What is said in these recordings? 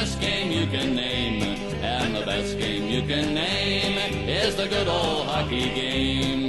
best game you can name. And the best game you can name is the good old hockey game.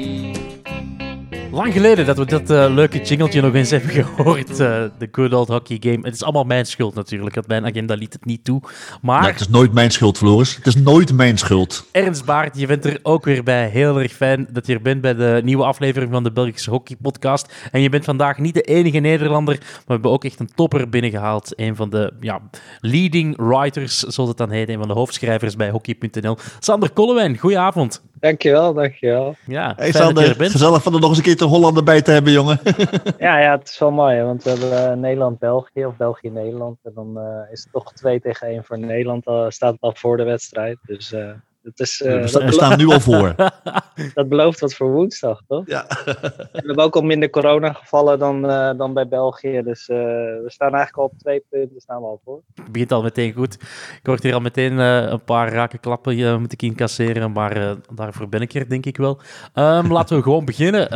Lang geleden dat we dat leuke jingletje nog eens hebben gehoord. De good old hockey game. Het is allemaal mijn schuld natuurlijk, want mijn agenda liet het niet toe. Maar Ja, het is nooit mijn schuld, Floris. Het is nooit mijn schuld. Ernst Baert, je bent er ook weer bij. Heel erg fijn dat je er bent bij de nieuwe aflevering van de Belgische Hockey Podcast. En je bent vandaag niet de enige Nederlander, maar we hebben ook echt een topper binnengehaald. Een van de leading writers, zoals het dan heet. Een van de hoofdschrijvers bij hockey.nl. Sander Kollewijn, goedenavond. Dankjewel. Ja, Hey fijn dat je er Sander, bent. gezellig van er nog eens een keer de Hollander bij te hebben, jongen. Ja, het is wel mooi, hè, want we hebben Nederland-België of België-Nederland. En dan is het toch 2-1 voor Nederland. Staat het al voor de wedstrijd. Dus het is, We staan nu al voor. dat belooft wat voor woensdag, toch? Ja. En we hebben ook al minder coronagevallen dan bij België. Dus we staan eigenlijk al op 2 punten, staan we al voor. Het begint al meteen goed. Ik hoor hier al meteen een paar rake klappen moet ik incasseren, maar daarvoor ben ik er denk ik wel. Laten we gewoon beginnen.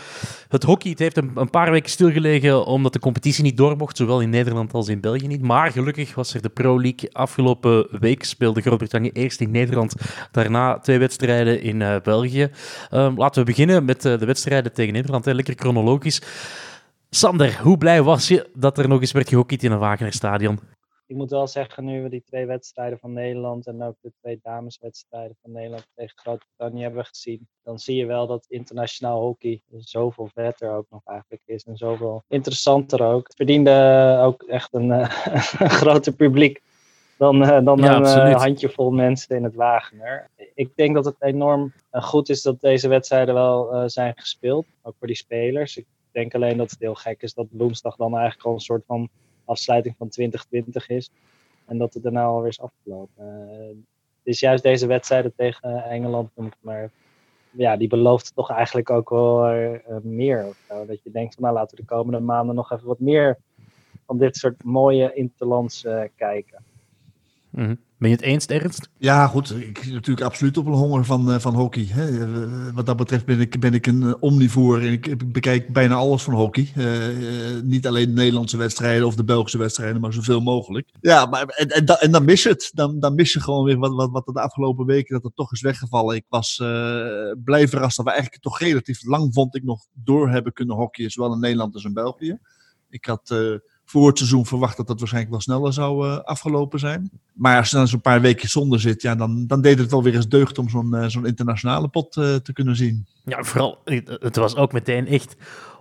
Het hockey het heeft een paar weken stilgelegen omdat de competitie niet door mocht, zowel in Nederland als in België niet. Maar gelukkig was er de Pro League. Afgelopen week speelde Groot-Brittannië eerst in Nederland, daarna 2 wedstrijden in België. Laten we beginnen met de wedstrijden tegen Nederland. Lekker chronologisch. Sander, hoe blij was je dat er nog eens werd gehockeyd in een Wagener-stadion? Ik moet wel zeggen, nu we die 2 wedstrijden van Nederland en ook de 2 dameswedstrijden van Nederland tegen Groot-Brittannië hebben gezien, dan zie je wel dat internationaal hockey zoveel vetter ook nog eigenlijk is en zoveel interessanter ook. Het verdiende ook echt een groter publiek dan een handjevol mensen in het Wagener. Ik denk dat het enorm goed is dat deze wedstrijden wel zijn gespeeld, ook voor die spelers. Ik denk alleen dat het heel gek is dat woensdag dan eigenlijk al een soort van afsluiting van 2020 is. En dat het daarna alweer is afgelopen. Het is juist deze wedstrijden tegen Engeland, maar ja, die belooft toch eigenlijk ook wel meer. Of zo. Dat je denkt van nou laten we de komende maanden nog even wat meer van dit soort mooie interlands kijken. Mm-hmm. Ben je het eens, Ernst? Ja, goed. Ik zit natuurlijk absoluut op een honger van hockey. Hè. Wat dat betreft ben ik een omnivoor en ik bekijk bijna alles van hockey. Niet alleen de Nederlandse wedstrijden of de Belgische wedstrijden, maar zoveel mogelijk. Ja, maar, en dan mis je het. Dan mis je gewoon weer wat de afgelopen weken dat het toch is weggevallen. Ik was blij verrast dat we eigenlijk toch relatief lang, vond ik, nog door hebben kunnen hockeyen, zowel in Nederland als in België. Ik had voor het seizoen verwacht dat dat waarschijnlijk wel sneller zou afgelopen zijn. Maar als je dan zo'n paar weken zonder zit, ja, dan deed het wel weer eens deugd om zo'n internationale pot te kunnen zien. Ja, vooral, het was ook meteen echt...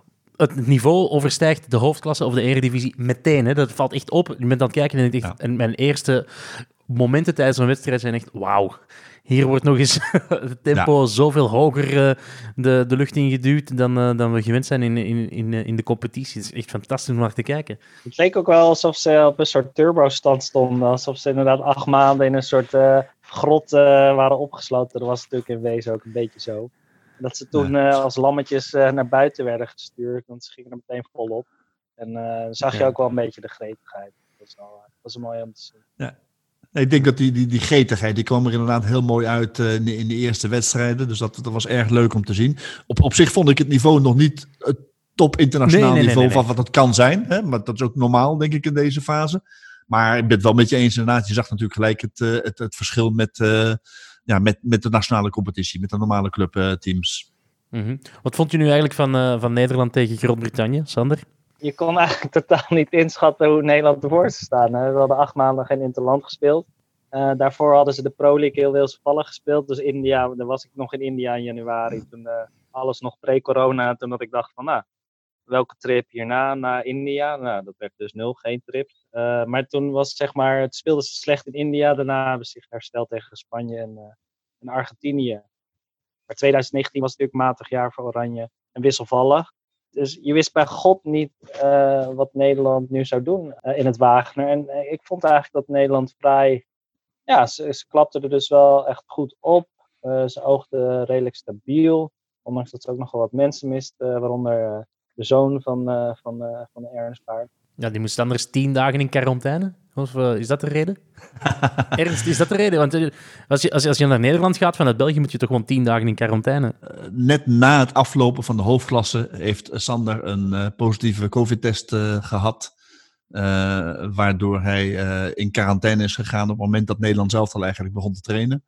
Het niveau overstijgt de hoofdklasse of de eredivisie meteen. Hè. Dat valt echt op. Je bent aan het kijken en, en mijn eerste momenten tijdens een wedstrijd zijn echt... Wauw, hier wordt nog eens het tempo zoveel hoger de lucht ingeduwd dan we gewend zijn in de competitie. Het is echt fantastisch om naar te kijken. Het leek ook wel alsof ze op een soort turbo-stand stonden. Alsof ze inderdaad 8 maanden in een soort grot waren opgesloten. Dat was natuurlijk in wezen ook een beetje zo. Dat ze toen als lammetjes naar buiten werden gestuurd. Want ze gingen er meteen volop. En zag je ook wel een beetje de gretigheid. Dat was mooi om te zien. Ja. Ik denk dat die gretigheid, die kwam er inderdaad heel mooi uit in de eerste wedstrijden. Dus dat was erg leuk om te zien. Op zich vond ik het niveau nog niet het top internationaal niveau van wat het kan zijn. Hè? Maar dat is ook normaal, denk ik, in deze fase. Maar ik ben het wel met je eens inderdaad. Je zag natuurlijk gelijk het verschil met de nationale competitie, met de normale clubteams. Mm-hmm. Wat vond je nu eigenlijk van Nederland tegen Groot-Brittannië, Sander? Je kon eigenlijk totaal niet inschatten hoe Nederland ervoor zou staan. Hè? We hadden 8 maanden geen interland gespeeld. Daarvoor hadden ze de Pro League heel wilsvallig gespeeld. Dus India, daar was ik nog in India in januari. Toen alles nog pre-corona. Toen had ik dacht van, welke trip hierna naar India? Nou, dat werd dus 0, geen trip. Maar toen was het speelde ze slecht in India. Daarna hebben ze zich hersteld tegen Spanje en Argentinië. Maar 2019 was natuurlijk een matig jaar voor Oranje en wisselvallig. Dus je wist bij God niet wat Nederland nu zou doen in het Wagener. En ik vond eigenlijk dat Nederland vrij... Ja, ze klapte er dus wel echt goed op. Ze oogde redelijk stabiel. Ondanks dat ze ook nog wel wat mensen miste. Waaronder de zoon van Ernst Baert. Ja, die moest anders 10 dagen in quarantaine. Of is dat de reden? Ernst, is dat de reden? Want als je naar Nederland gaat vanuit België, moet je toch gewoon 10 dagen in quarantaine? Net na het aflopen van de hoofdklasse heeft Sander een positieve COVID-test gehad. Waardoor hij in quarantaine is gegaan op het moment dat Nederland zelf al eigenlijk begon te trainen.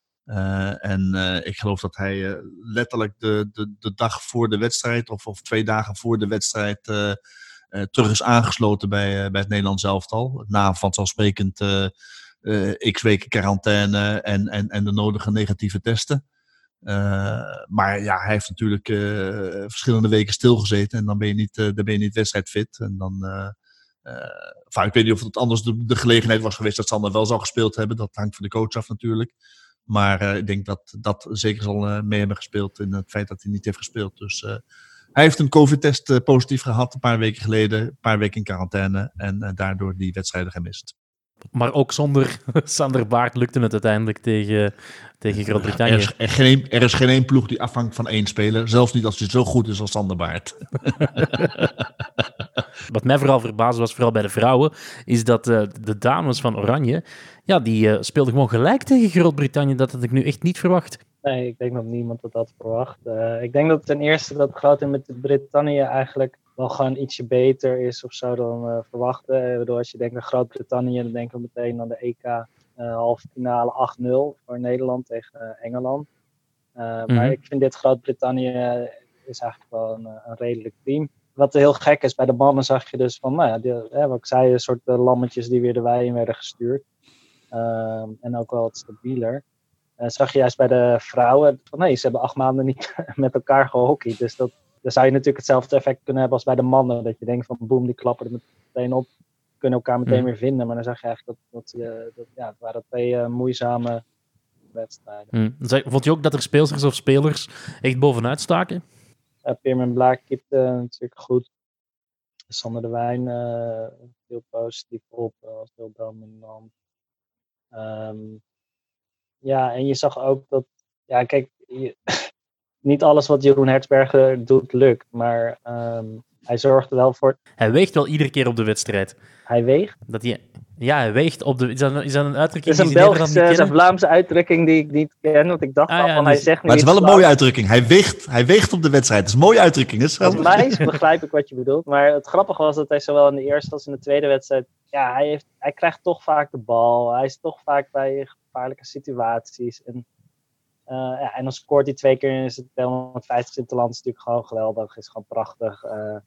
Ik geloof dat hij letterlijk de dag voor de wedstrijd of 2 dagen voor de wedstrijd terug is aangesloten bij het Nederlands elftal. Na vanzelfsprekend x weken quarantaine en de nodige negatieve testen. Maar ja, hij heeft natuurlijk verschillende weken stilgezeten en dan ben je niet wedstrijdfit. En dan, ik weet niet of het anders de gelegenheid was geweest dat Sander wel zou gespeeld hebben. Dat hangt van de coach af natuurlijk. Maar ik denk dat dat zeker zal mee hebben gespeeld in het feit dat hij niet heeft gespeeld. Dus hij heeft een COVID-test positief gehad een paar weken geleden. Een paar weken in quarantaine en daardoor die wedstrijden gemist. Maar ook zonder Sander Baart lukte het uiteindelijk tegen Groot-Brittannië. Er is geen één ploeg die afhangt van 1 speler. Zelfs niet als hij zo goed is als Sander Baart. Wat mij vooral verbaasde was, vooral bij de vrouwen, is dat de dames van Oranje, ja, die speelden gewoon gelijk tegen Groot-Brittannië. Dat had ik nu echt niet verwacht. Nee, ik denk dat niemand dat had verwacht. Ik denk dat ten eerste dat Groot-Brittannië met Brittannië eigenlijk wel gewoon ietsje beter is of zo dan verwachten. Ik bedoel, als je denkt aan Groot-Brittannië, dan denken we meteen aan de EK halve finale 8-0 voor Nederland tegen Engeland. Maar ik vind dit Groot-Brittannië is eigenlijk wel een redelijk team. Wat heel gek is, bij de mannen zag je dus van, nou ja, wat ik zei, een soort lammetjes die weer de wei in werden gestuurd. En ook wel wat stabieler. Zag je juist bij de vrouwen van nee, ze hebben 8 maanden niet met elkaar gehockeyd. Dus dan zou je natuurlijk hetzelfde effect kunnen hebben als bij de mannen. Dat je denkt van boem, die klappen er meteen op. Kunnen elkaar meteen weer vinden. Maar dan zag je eigenlijk dat het waren 2 moeizame wedstrijden. Vond je ook dat er speelsters of spelers echt bovenuit staken? Peerman Blaak keepte natuurlijk goed. Sander de Wijn heel positief op. Was heel dominant. Ja, en je zag ook dat... Ja, kijk... niet alles wat Jeroen Hertzberger doet, lukt. Maar hij zorgt er wel voor... Hij weegt wel iedere keer op de wedstrijd. Hij weegt? Hij weegt op de... Is dat een uitdrukking? Het is een Belgische, een Vlaamse uitdrukking die ik niet ken. Want ik dacht hij zegt nu. Maar het is wel een mooie uitdrukking. Hij weegt op de wedstrijd. Dat is een mooie uitdrukking. Volgens mij begrijp ik wat je bedoelt. Maar het grappige was dat hij zowel in de eerste als in de tweede wedstrijd... Ja, hij krijgt toch vaak de bal. Hij is toch vaak bij gevaarlijke situaties. En dan scoort hij 2 keer en is het 250 in het land. Dat is natuurlijk gewoon geweldig. Is gewoon prachtig.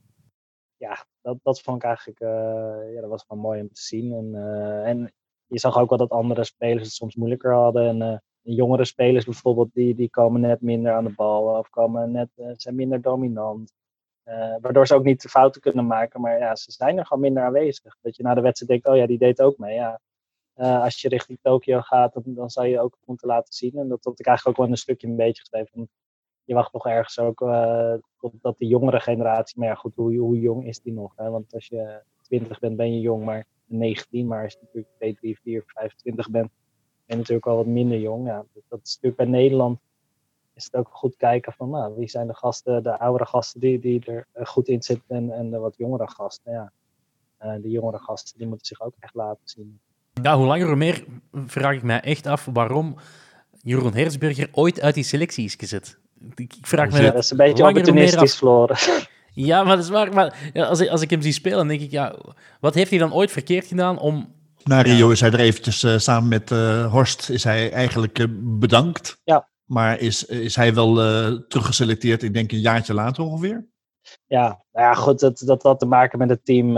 Dat vond ik eigenlijk... dat was gewoon mooi om te zien. En je zag ook wel dat andere spelers het soms moeilijker hadden. En jongere spelers bijvoorbeeld, die komen net minder aan de bal. Of zijn minder dominant. Waardoor ze ook niet de fouten kunnen maken. Maar ja, ze zijn er gewoon minder aanwezig. Dat je na de wedstrijd denkt, oh ja, die deed ook mee. Ja. Als je richting Tokio gaat, dan zou je ook moeten laten zien. En dat had ik eigenlijk ook wel een stukje een beetje geschreven. Je wacht toch ergens ook totdat de jongere generatie... Maar ja, goed, hoe jong is die nog? Hè? Want als je 20 bent, ben je jong, maar 19. Maar als je natuurlijk 2, 3, 4, 25 bent, ben je natuurlijk al wat minder jong. Ja, dat is natuurlijk bij Nederland... is het ook goed kijken van, wie zijn de gasten, de oudere gasten die er goed in zitten en de wat jongere gasten. Ja. De jongere gasten, die moeten zich ook echt laten zien. Ja, hoe langer hoe meer vraag ik mij echt af waarom Jeroen Hertzberger ooit uit die selectie is gezet. Ik vraag me dat is een beetje opportunistisch verloren. Ja, maar dat is waar. Maar als ik hem zie spelen, dan denk ik, ja, wat heeft hij dan ooit verkeerd gedaan om... Na Rio is hij er eventjes samen met Horst is hij eigenlijk bedankt. Ja. Maar is hij wel teruggeselecteerd, ik denk een jaartje later ongeveer? Ja, nou ja, goed, dat had te maken met het team.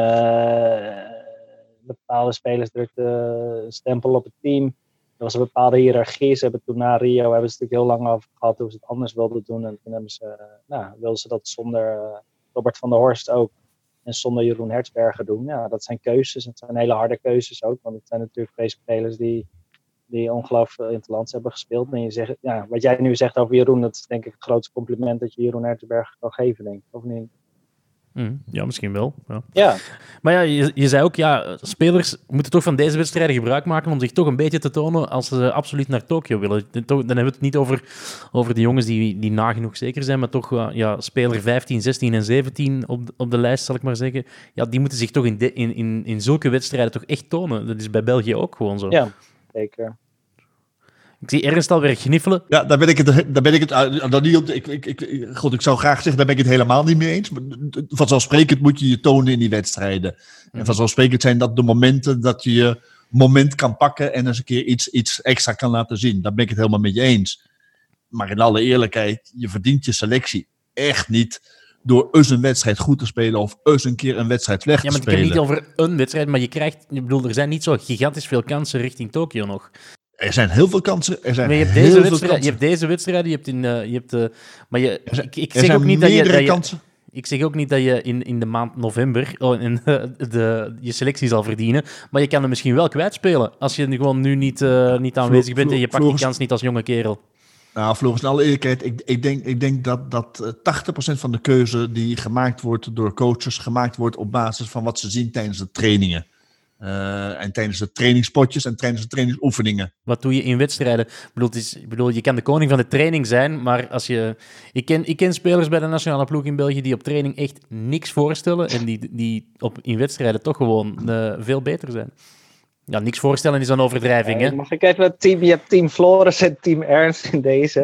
Bepaalde spelers drukten een stempel op het team. Er was een bepaalde hiërarchie. Ze hebben toen na Rio hebben ze natuurlijk heel lang over gehad hoe ze het anders wilden doen. En toen wilden ze dat zonder Robert van der Horst ook. En zonder Jeroen Hertzberger doen. Ja, dat zijn keuzes. Het zijn hele harde keuzes ook. Want het zijn natuurlijk 2 spelers die ongelooflijk in het land hebben gespeeld. En je zegt, ja, wat jij nu zegt over Jeroen, dat is denk ik het grootste compliment dat je Jeroen Hertzberger kan geven, denk ik. Of niet? Ja, misschien wel. Ja. Maar ja, je zei ook, ja, spelers moeten toch van deze wedstrijden gebruik maken om zich toch een beetje te tonen als ze absoluut naar Tokio willen. Dan hebben we het niet over de jongens die nagenoeg zeker zijn, maar toch speler 15, 16 en 17 op de lijst, zal ik maar zeggen. Ja, die moeten zich toch in zulke wedstrijden toch echt tonen. Dat is bij België ook gewoon zo. Ja, zeker. Ik zie Ernst alweer gniffelen. Ja, daar ben ik het dan niet op. Ik zou graag zeggen, daar ben ik het helemaal niet mee eens. Maar vanzelfsprekend moet je je tonen in die wedstrijden. En vanzelfsprekend zijn dat de momenten dat je je moment kan pakken en eens een keer iets extra kan laten zien. Daar ben ik het helemaal met je eens. Maar in alle eerlijkheid, je verdient je selectie echt niet door eens een wedstrijd goed te spelen of eens een keer een wedstrijd slecht te spelen. Ja, maar ik heb niet over een wedstrijd, maar er zijn niet zo gigantisch veel kansen richting Tokio nog. Er zijn heel veel kansen. Maar je hebt deze wedstrijden, ik zeg ook niet dat je kansen. Ik zeg ook niet dat je in de maand november je selectie zal verdienen, maar je kan er misschien wel kwijtspelen als je gewoon nu niet aanwezig bent en je pakt die kans niet als jonge kerel. Nou, Floris, in alle eerlijkheid, ik denk dat 80% van de keuze die gemaakt wordt door coaches, gemaakt wordt op basis van wat ze zien tijdens de trainingen. En tijdens de trainingspotjes en tijdens de trainingsoefeningen. Wat doe je in wedstrijden? Ik bedoel, je kan de koning van de training zijn, maar ik ken spelers bij de nationale ploeg in België die op training echt niks voorstellen en die in wedstrijden toch gewoon veel beter zijn. Ja, niks voorstellen is een overdrijving, hè? Mag ik even het team? Je hebt team Floris en team Ernst in deze.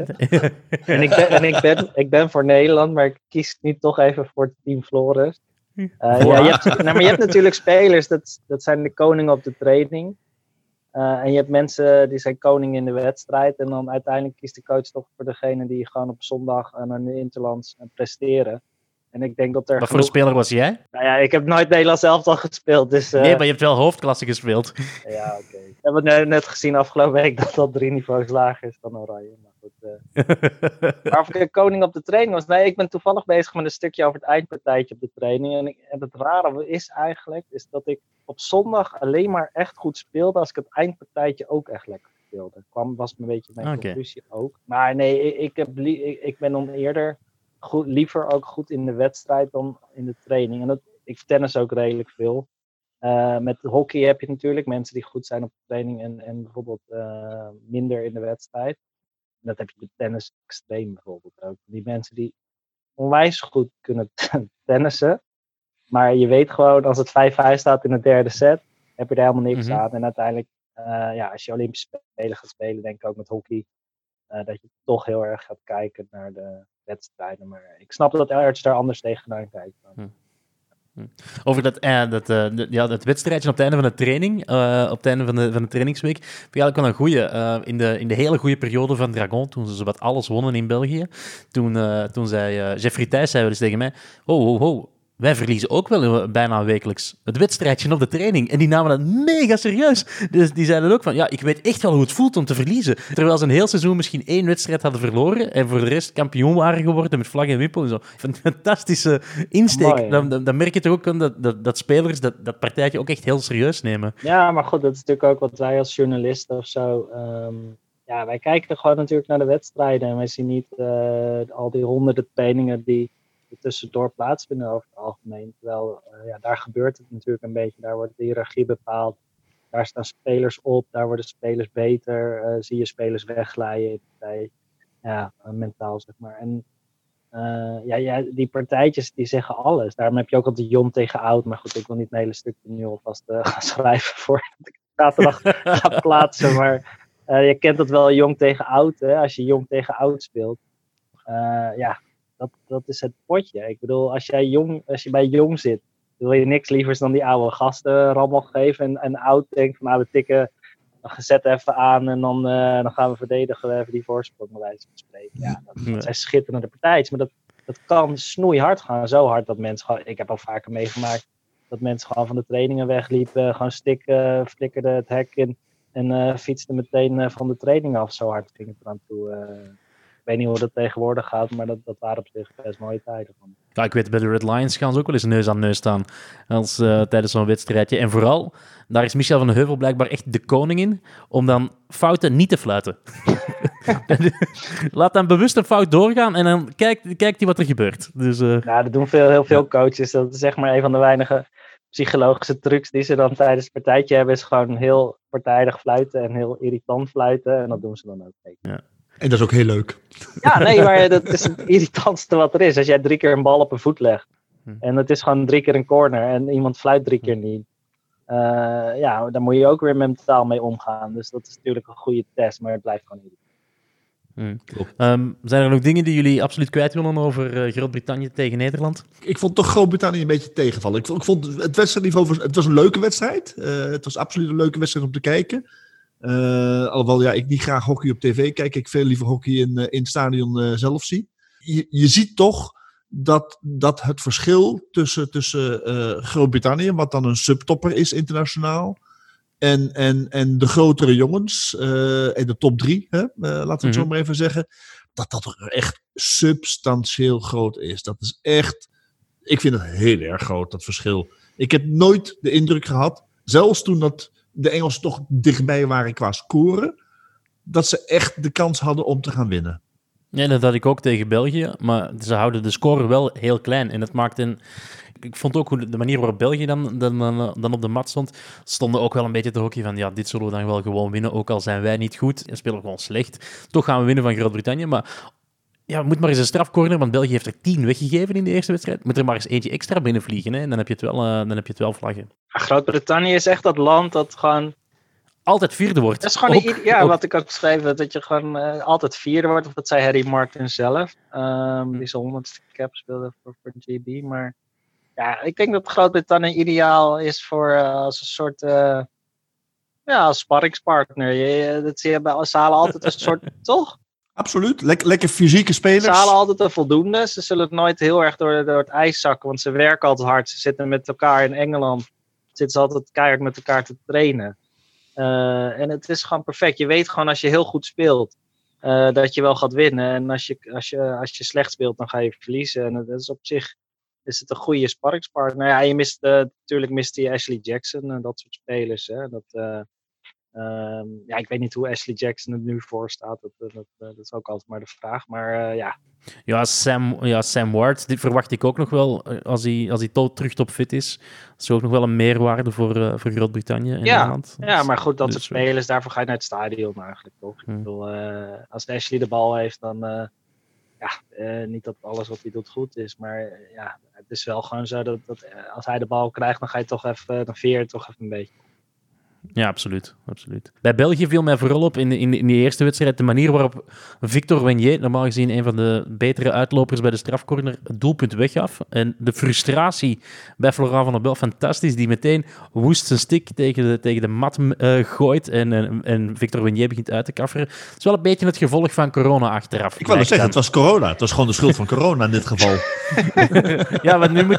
ik ben voor Nederland, maar ik kies nu toch even voor team Floris. Maar je hebt natuurlijk spelers, dat zijn de koningen op de training. En je hebt mensen die zijn koning in de wedstrijd. En dan uiteindelijk kiest de coach toch voor degene die gewoon op zondag naar de interlands presteren. En ik denk dat Wat voor een speler was jij? Nou ja, ik heb nooit Nederlands elftal gespeeld. Dus, nee, maar je hebt wel hoofdklasse gespeeld. Ja, oké. We hebben net gezien afgelopen week dat dat 3 niveaus lager is dan Oranje. Maar goed. Maar of ik een koning op de training was? Nee, ik ben toevallig bezig met een stukje over het eindpartijtje op de training. En het rare is eigenlijk dat ik op zondag alleen maar echt goed speelde als ik het eindpartijtje ook echt lekker speelde. Was een beetje mijn conclusie ook. Maar nee, ik ben dan eerder liever ook goed in de wedstrijd dan in de training. En ik tennis ook redelijk veel. Met hockey heb je natuurlijk mensen die goed zijn op de training en bijvoorbeeld minder in de wedstrijd. En dat heb je met tennis extreem bijvoorbeeld ook. Die mensen die onwijs goed kunnen tennissen. Maar je weet gewoon, als het 5-5 staat in de derde set, heb je er helemaal niks aan. En uiteindelijk, als je Olympische Spelen gaat spelen, denk ik ook met hockey, dat je toch heel erg gaat kijken naar de wedstrijden. Maar ik snap dat Erts daar anders tegenaan kijkt. Over dat wedstrijdje op het einde van de training, op het einde van de trainingsweek, vind ik eigenlijk wel een goeie. In de hele goede periode van Dragon, toen ze zowat alles wonnen in België, toen zei Jeffrey Thijs zei wel eens tegen mij, ho, wij verliezen ook wel bijna wekelijks het wedstrijdje op de training. En die namen dat mega serieus. Dus die zeiden ook van, ja, ik weet echt wel hoe het voelt om te verliezen. Terwijl ze een heel seizoen misschien 1 wedstrijd hadden verloren en voor de rest kampioen waren geworden met vlag en wimpel en zo. Een fantastische insteek. Mooi, dan merk je toch ook dat spelers dat partijtje ook echt heel serieus nemen. Ja, maar goed, dat is natuurlijk ook wat wij als journalisten of zo... wij kijken er gewoon natuurlijk naar de wedstrijden. En wij zien niet al die honderden trainingen die tussendoor plaatsvinden over het algemeen. Terwijl, daar gebeurt het natuurlijk een beetje. Daar wordt de hiërarchie bepaald. Daar staan spelers op. Daar worden spelers beter. Zie je spelers wegglijden in de partij. Ja, mentaal zeg maar. En die partijtjes die zeggen alles. Daarom heb je ook altijd jong tegen oud. Maar goed, ik wil niet een hele stuk nu alvast gaan schrijven voor ik zaterdag ga plaatsen. Maar je kent dat wel, jong tegen oud. Hè? Als je jong tegen oud speelt. Dat is het potje. Ik bedoel, als je bij jong zit, wil je niks lievers dan die oude gasten rammel geven. En oud denkt van, we tikken een gezet even aan en dan gaan we verdedigen. We even die voorsprong bij wijze van spreken. Ja, dat zijn schitterende partijtjes. Maar dat kan snoeihard gaan. Zo hard dat mensen gewoon... Ik heb al vaker meegemaakt dat mensen gewoon van de trainingen wegliepen. Gewoon flikkerden het hek in en fietsten meteen van de training af. Zo hard ging het eraan toe. Ik weet niet hoe dat tegenwoordig gaat, maar dat waren op zich best mooie tijden van. Ja, ik weet, bij de Red Lions gaan ze ook wel eens neus aan neus staan tijdens zo'n wedstrijdje. En vooral, daar is Michel van den Heuvel blijkbaar echt de koning in, om dan fouten niet te fluiten. Laat dan bewust een fout doorgaan en dan kijkt hij wat er gebeurt. Dus, dat doen heel veel coaches. Dat is zeg maar een van de weinige psychologische trucs die ze dan tijdens het partijtje hebben, is gewoon heel partijdig fluiten en heel irritant fluiten. En dat doen ze dan ook. Ja. En dat is ook heel leuk. Ja, nee, maar dat is het irritantste wat er is. Als jij 3 keer een bal op een voet legt. En het is gewoon 3 keer een corner. En iemand fluit 3 keer niet. Daar moet je ook weer mentaal mee omgaan. Dus dat is natuurlijk een goede test, maar het blijft gewoon niet. Zijn er nog dingen die jullie absoluut kwijt willen over Groot-Brittannië tegen Nederland? Ik vond toch Groot-Brittannië een beetje tegenvallen. Ik vond het wedstrijdniveau, het was een leuke wedstrijd. Het was absoluut een leuke wedstrijd om te kijken. Alhoewel ik niet graag hockey op tv kijk. Ik veel liever hockey in het stadion zelf zie. Je ziet toch dat het verschil tussen Groot-Brittannië, wat dan een subtopper is internationaal, en de grotere jongens, en de top 3, laten we het zo maar even zeggen, dat toch echt substantieel groot is. Dat is echt, ik vind het heel erg groot, dat verschil. Ik heb nooit de indruk gehad, zelfs toen de Engelsen toch dichtbij waren qua scoren, dat ze echt de kans hadden om te gaan winnen. Ja, dat had ik ook tegen België, maar ze houden de score wel heel klein. En dat maakt ik vond ook de manier waarop België dan op de mat stonden ook wel een beetje te hockey van, dit zullen we dan wel gewoon winnen, ook al zijn wij niet goed en spelen gewoon slecht. Toch gaan we winnen van Groot-Brittannië, maar we moeten maar eens een strafcorner, want België heeft er 10 weggegeven in de eerste wedstrijd. Moet er maar eens eentje extra binnenvliegen, hè? En dan heb je het wel vlaggen. Groot-Brittannië is echt dat land dat gewoon altijd vierde wordt. Dat is gewoon wat ik had geschreven, dat je gewoon altijd vierde wordt. Of dat zei Harry Martin zelf. Die zijn 100ste cap speelde voor GB. Maar ik denk dat Groot-Brittannië ideaal is voor als een soort als sparringspartner. Ze halen altijd een soort, toch? Absoluut. Lekker fysieke spelers. Ze halen altijd een voldoende. Ze zullen het nooit heel erg door het ijs zakken, want ze werken altijd hard. Ze zitten met elkaar in Engeland. Zitten ze altijd keihard met elkaar te trainen. En het is gewoon perfect. Je weet gewoon als je heel goed speelt, dat je wel gaat winnen. En als je slecht speelt, dan ga je verliezen. En dat is op zich is het een goede sparringspartner. Ja, je natuurlijk mist je Ashley Jackson en dat soort spelers. Hè. Ik weet niet hoe Ashley Jackson het nu voor staat. Dat is ook altijd maar de vraag. Maar Ja, Sam Ward, dit verwacht ik ook nog wel. Als hij terug topfit is, dat is ook nog wel een meerwaarde voor Groot-Brittannië en Nederland. Ja, maar goed, dat soort spelers, daarvoor ga je naar het stadion eigenlijk, toch? Ik bedoel, als Ashley de bal heeft, dan niet dat alles wat hij doet goed is, maar het is wel gewoon zo dat als hij de bal krijgt, dan dan veer je toch even een beetje. Ja, absoluut. Bij België viel mij vooral op in de eerste wedstrijd de manier waarop Victor Wenier, normaal gezien een van de betere uitlopers bij de strafcorner, het doelpunt weggaf. En de frustratie bij Florent van der Bel, fantastisch, die meteen woest zijn stick tegen de mat gooit en Victor Wenier begint uit te kafferen. Het is wel een beetje het gevolg van corona achteraf. Ik wou zeggen, het was corona. Het was gewoon de schuld van corona in dit geval. Ja, want nu moet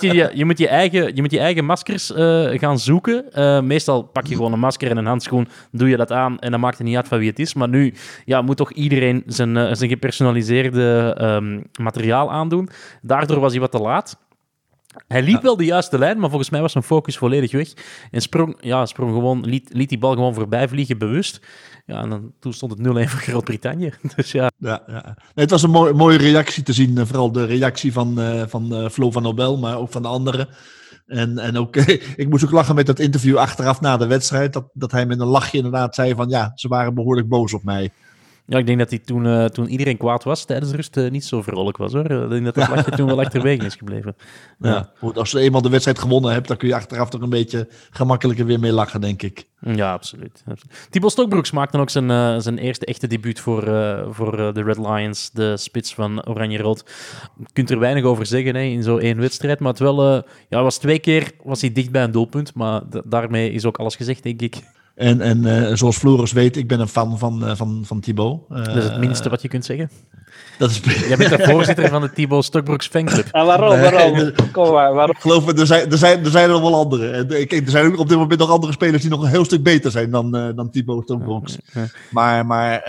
je eigen maskers gaan zoeken. Meestal pak je gewoon een masker en een handschoen, doe je dat aan en dan maakt het niet uit van wie het is. Maar nu moet toch iedereen zijn gepersonaliseerde materiaal aandoen. Daardoor was hij wat te laat. Hij liep wel de juiste lijn, maar volgens mij was zijn focus volledig weg. En sprong gewoon, liet die bal gewoon voorbij vliegen, bewust. Ja, en toen stond het 0-1 voor Groot-Brittannië. Dus ja. Nee, het was een mooie reactie te zien. Vooral de reactie van Flo van Nobel, maar ook van de anderen. En ook, ik moest ook lachen met dat interview achteraf na de wedstrijd. Dat hij met een lachje inderdaad zei van ze waren behoorlijk boos op mij. Ja, ik denk dat hij toen iedereen kwaad was tijdens de rust niet zo vrolijk was, hoor. Ik denk dat dat lachje toen wel achterwege is gebleven. Ja. Goed, als je eenmaal de wedstrijd gewonnen hebt, dan kun je achteraf toch een beetje gemakkelijker weer mee lachen, denk ik. Ja, absoluut. Thibaut Stokbroeks maakte ook zijn eerste echte debuut voor de Red Lions, de spits van Oranje-Rood. Je kunt er weinig over zeggen in zo'n één wedstrijd, maar het was 2 keer was hij dicht bij een doelpunt, maar daarmee is ook alles gezegd, denk ik. En zoals Floris weet, ik ben een fan van Thibaut. Dat is het minste wat je kunt zeggen. Dat is... Jij bent de voorzitter van de Thibaut Stokbroeks fanclub. Waarom? Kom maar, waarom? Geloof me, er zijn er nog wel andere. Er zijn ook op dit moment nog andere spelers die nog een heel stuk beter zijn dan Thibaut Stokbroeks. Maar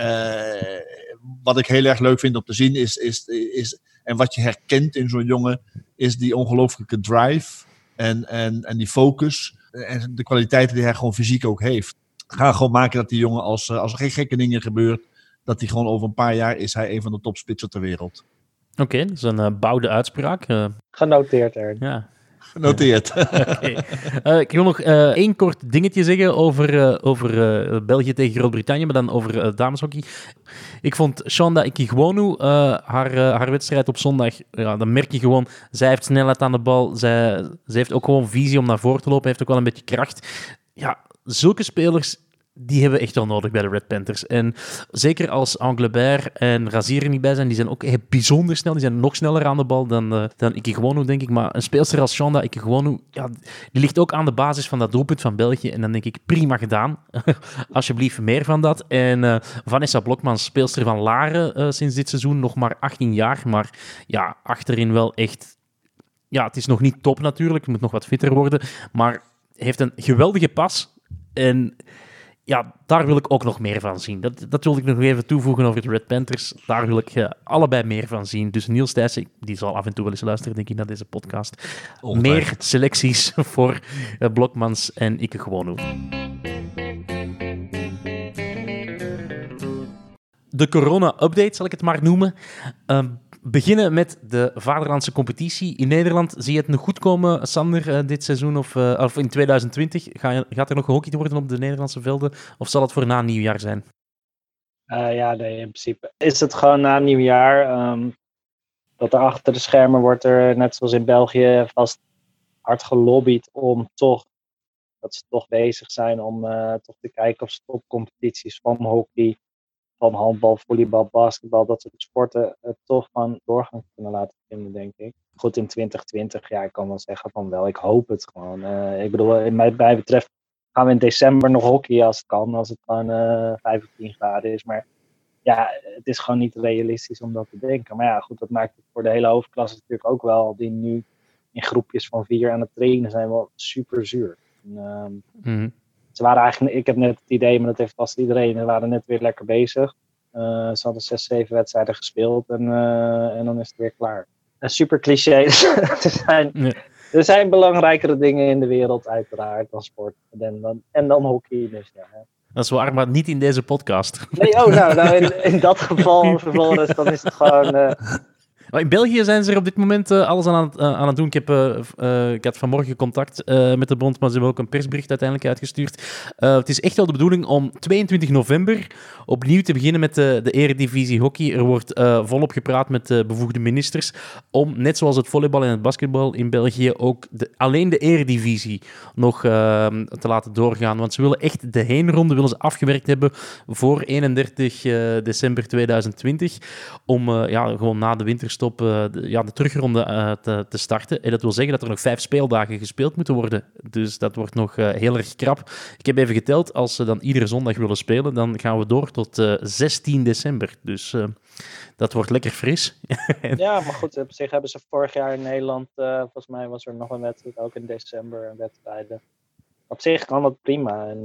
wat ik heel erg leuk vind om te zien is en wat je herkent in zo'n jongen, is die ongelooflijke drive en die focus en de kwaliteiten die hij gewoon fysiek ook heeft. Ga gewoon maken dat die jongen, als er geen gekke dingen gebeurt, dat hij gewoon over een paar jaar is hij een van de topspitsen ter wereld. Oké, dat is een bouwde uitspraak. Genoteerd, er. Ja. Genoteerd. Okay. Ik wil nog 1 kort dingetje zeggen over België tegen Groot-Brittannië, maar dan over dameshockey. Ik vond Shanda Ikigwonu, haar wedstrijd op zondag, dan merk je gewoon, zij heeft snelheid aan de bal, ze heeft ook gewoon visie om naar voren te lopen, heeft ook wel een beetje kracht. zulke spelers, die hebben we echt wel nodig bij de Red Panthers. En zeker als Anglebert en Razier er niet bij zijn, die zijn ook bijzonder snel. Die zijn nog sneller aan de bal dan Ikegwonu, denk ik. Maar een speelster als Shonda Ikegwonu, die ligt ook aan de basis van dat doelpunt van België. En dan denk ik, prima gedaan. Alsjeblieft meer van dat. En Vanessa Blokmans, speelster van Laren sinds dit seizoen, nog maar 18 jaar. Maar ja, achterin wel echt... Ja, het is nog niet top natuurlijk. Het moet nog wat fitter worden. Maar heeft een geweldige pas. En... ja, daar wil ik ook nog meer van zien. Dat wilde ik nog even toevoegen over de Red Panthers. Daar wil ik allebei meer van zien. Dus Niels Thijssen, die zal af en toe wel eens luisteren, denk ik, naar deze podcast. Meer selecties voor Blokmans en Ikegwonu. De corona-update, zal ik het maar noemen. Beginnen met de vaderlandse competitie. In Nederland, zie je het nog goed komen, Sander, dit seizoen of in 2020? Gaat er nog gehockeyd worden op de Nederlandse velden? Of zal het voor na nieuwjaar zijn? Nee, in principe is het gewoon na nieuwjaar. Dat er achter de schermen wordt er, net zoals in België, vast hard gelobbyd om toch, dat ze toch bezig zijn om toch te kijken of ze topcompetities van hockey, van handbal, volleybal, basketbal, dat soort sporten toch van doorgang kunnen laten vinden, denk ik. Goed, in 2020, ja, ik kan wel zeggen van wel, ik hoop het gewoon. Ik bedoel, mij betreft gaan we in december nog hockey als het kan, als het gewoon 5 of 10 graden is. Maar ja, het is gewoon niet realistisch om dat te denken. Maar ja, goed, dat maakt het voor de hele hoofdklasse natuurlijk ook wel, die nu in groepjes van 4 aan het trainen zijn, wel super zuur. Ze waren eigenlijk, ik heb net het idee, maar dat heeft vast iedereen, ze waren net weer lekker bezig. Ze hadden 6, 7 wedstrijden gespeeld en dan is het weer klaar. Super cliché. Er zijn belangrijkere dingen in de wereld uiteraard dan sport en dan hockey. Dus, ja. Dat is waar, maar niet in deze podcast. Nee, in dat geval vervolgens, dan is het gewoon... Maar in België zijn ze er op dit moment alles aan het doen. Ik had vanmorgen contact met de bond, maar ze hebben ook een persbericht uiteindelijk uitgestuurd. Het is echt wel de bedoeling om 22 november opnieuw te beginnen met de Eredivisie Hockey. Er wordt volop gepraat met de bevoegde ministers om, net zoals het volleybal en het basketbal in België, ook alleen de Eredivisie nog te laten doorgaan. Want ze willen echt de heenronde willen ze afgewerkt hebben voor 31 december 2020. Om gewoon na de winterstop de terugronde te starten. En dat wil zeggen dat er nog 5 speeldagen gespeeld moeten worden. Dus dat wordt nog heel erg krap. Ik heb even geteld, als ze dan iedere zondag willen spelen, dan gaan we door tot 16 december. Dus dat wordt lekker fris. Ja, maar goed, op zich hebben ze vorig jaar in Nederland, volgens mij was er nog een wedstrijd, ook in december, wedstrijden. Op zich kan dat prima. En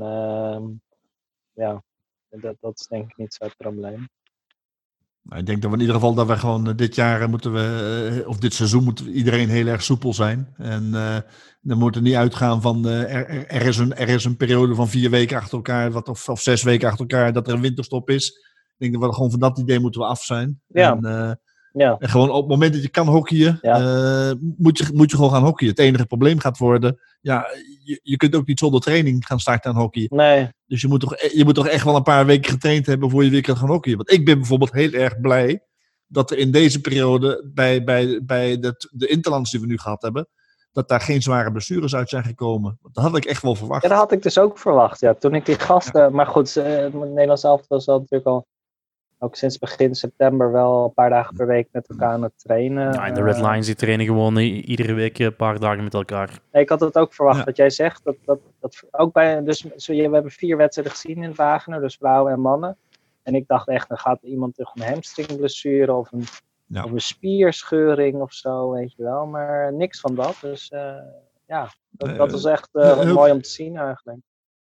dat is denk ik niet zo het probleem. Nou, ik denk dat we in ieder geval dat we gewoon dit jaar of dit seizoen moet iedereen heel erg soepel zijn. En dan moet er niet uitgaan van er is een periode van 4 weken achter elkaar, of 6 weken achter elkaar, dat er een winterstop is. Ik denk dat we gewoon van dat idee moeten we af zijn. Ja. En gewoon op het moment dat je kan hockeyen, moet je gewoon gaan hockeyen. Het enige probleem gaat worden, je kunt ook niet zonder training gaan starten aan hockeyen. Nee. Dus je moet toch echt wel een paar weken getraind hebben voor je weer kan gaan hockeyen. Want ik ben bijvoorbeeld heel erg blij dat er in deze periode bij de interlands die we nu gehad hebben, dat daar geen zware blessures uit zijn gekomen. Dat had ik echt wel verwacht. Ja, dat had ik dus ook verwacht. Ja. Toen ik die gasten... Maar goed, het Nederlands elftal was natuurlijk al... Ook sinds begin september wel een paar dagen per week met elkaar aan het trainen. Ja, en de Red Lions die trainen gewoon iedere week een paar dagen met elkaar. Nee, ik had het ook verwacht wat jij zegt. Dat ook bij, dus, we hebben 4 wedstrijden gezien in Wagener, dus vrouwen en mannen. En ik dacht echt, dan gaat iemand tegen een hamstringblessure of een spierscheuring of zo, weet je wel. Maar niks van dat. Dus dat was echt mooi om te zien eigenlijk.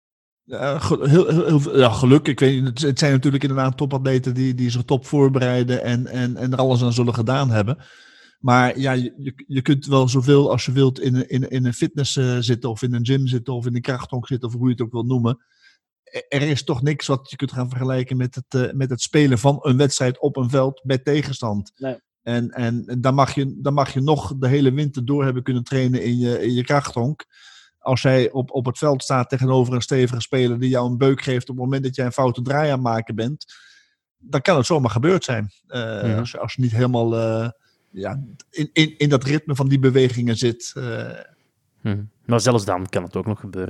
Geluk. Ik weet niet, het zijn natuurlijk inderdaad topatleten die zich top voorbereiden en er alles aan zullen gedaan hebben. Maar ja, je kunt wel zoveel als je wilt in een fitness zitten of in een gym zitten of in een krachthonk zitten of hoe je het ook wilt noemen. Er is toch niks wat je kunt gaan vergelijken met het spelen van een wedstrijd op een veld met tegenstand. Nee. En dan mag je nog de hele winter door hebben kunnen trainen in je krachthonk. Als jij op het veld staat tegenover een stevige speler die jou een beuk geeft op het moment dat jij een foute draai aan het maken bent, dan kan het zomaar gebeurd zijn. Als je niet helemaal in dat ritme van die bewegingen zit. Maar zelfs dan kan het ook nog gebeuren.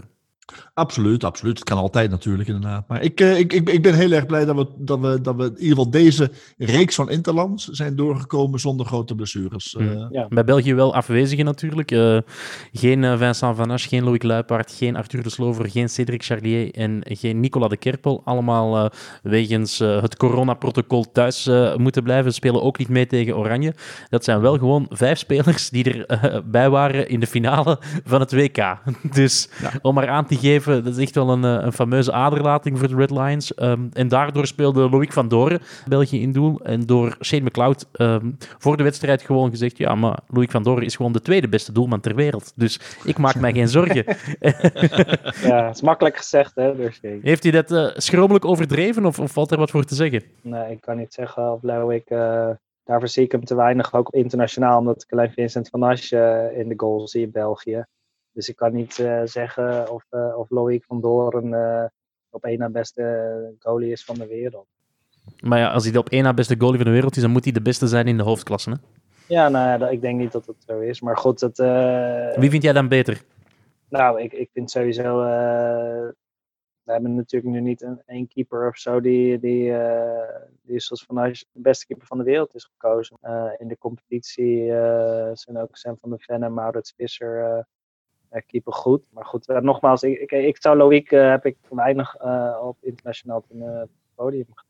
Absoluut. Het kan altijd natuurlijk inderdaad. Maar ik ben heel erg blij dat we in ieder geval deze reeks van interlands zijn doorgekomen zonder grote blessures. Bij België wel afwezigen natuurlijk. Geen Vincent Van Asch, geen Loïc Luipaard, geen Arthur de Slover, geen Cédric Charlier en geen Nicolas de Kerpel. Allemaal wegens het coronaprotocol thuis moeten blijven. Spelen ook niet mee tegen Oranje. Dat zijn wel gewoon 5 spelers die erbij waren in de finale van het WK. Dus om maar aan te geven, dat is echt wel een fameuze aderlating voor de Red Lions. En daardoor speelde Loïc van Doren België in doel. En door Shane McLeod voor de wedstrijd gewoon gezegd, ja, maar Loïc van Doren is gewoon de tweede beste doelman ter wereld. Dus ik maak mij geen zorgen. Ja, het is makkelijk gezegd, hè, door Shane. Heeft hij dat schromelijk overdreven of valt er wat voor te zeggen? Nee, ik kan niet zeggen of Loïc... daarvoor zie ik hem te weinig, ook internationaal, omdat ik alleen Vincent Van Asch in de goal zie in België. Dus ik kan niet zeggen of Loïc van Doren op 1 na beste goalie is van de wereld. Maar ja, als hij de op 1 na beste goalie van de wereld is, dan moet hij de beste zijn in de hoofdklasse, hè? Ja, nou ja, ik denk niet dat dat zo is. Maar goed, Wie vind jij dan beter? Nou, ik vind sowieso... we hebben natuurlijk nu niet één keeper of zo die is zoals Van Asch de beste keeper van de wereld is gekozen. In de competitie zijn ook Sam van der Ven en Maurits Visser keeper goed. Maar goed, nogmaals, ik zou Loïc heb ik weinig op internationaal ten podium gezien.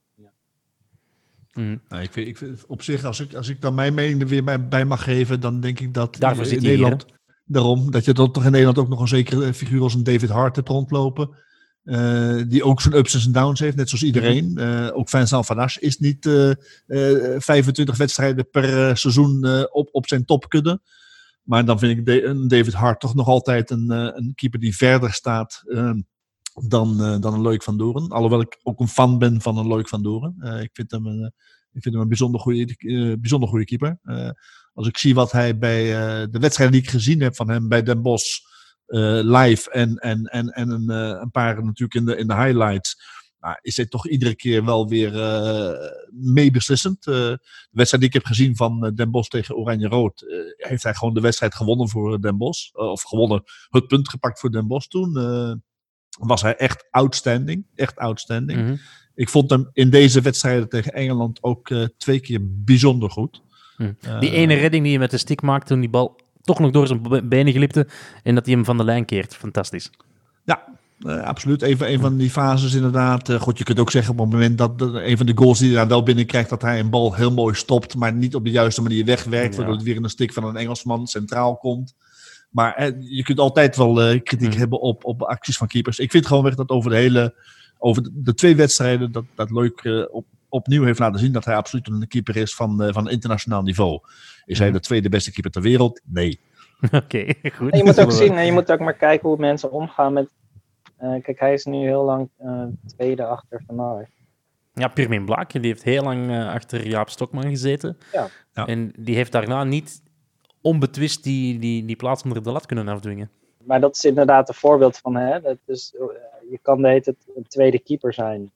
Nou, ik vind op zich, als ik dan mijn mening er weer bij mag geven, dan denk ik dat daarvoor zit in hij Nederland, daarom, dat je toch in Nederland ook nog een zekere figuur als een David Hart hebt rondlopen. Die ook zijn ups en downs heeft, net zoals iedereen. Ook Vincent Van Asch is niet 25 wedstrijden per seizoen op zijn top kunnen. Maar dan vind ik een David Hart toch nog altijd een keeper die verder staat dan een Loïc van Doren. Alhoewel ik ook een fan ben van een Loïc van Doren. Ik vind hem een bijzonder goede keeper. Als ik zie wat hij bij de wedstrijden die ik gezien heb van hem bij Den Bosch live en een paar natuurlijk in de highlights, is hij toch iedere keer wel weer meebeslissend. De wedstrijd die ik heb gezien van Den Bosch tegen Oranje-Rood, heeft hij gewoon de wedstrijd gewonnen voor Den Bosch. Of gewonnen, het punt gepakt voor Den Bosch toen. Was hij echt outstanding. Mm-hmm. Ik vond hem in deze wedstrijden tegen Engeland ook 2 keer bijzonder goed. Die ene redding die hij met de stick maakte toen die bal toch nog door zijn benen glipte en dat hij hem van de lijn keert. Fantastisch. Ja, absoluut. Een van die fases inderdaad. Goed, je kunt ook zeggen op het moment dat een van de goals die hij daar wel binnenkrijgt, dat hij een bal heel mooi stopt, maar niet op de juiste manier wegwerkt, waardoor het weer in een stick van een Engelsman centraal komt. Maar je kunt altijd wel kritiek hebben op acties van keepers. Ik vind gewoon weg dat over de 2 wedstrijden dat Loïc opnieuw heeft laten zien dat hij absoluut een keeper is van internationaal niveau. Is hij de tweede beste keeper ter wereld? Nee. Oké, goed. En je moet ook zien, en je moet ook maar kijken hoe mensen omgaan met... kijk, hij is nu heel lang tweede achter Van Aert. Ja, Pirmin Blaak, die heeft heel lang achter Jaap Stokman gezeten. Ja. En die heeft daarna niet onbetwist die plaats onder de lat kunnen afdwingen. Maar dat is inderdaad een voorbeeld van, je kan een tweede keeper zijn.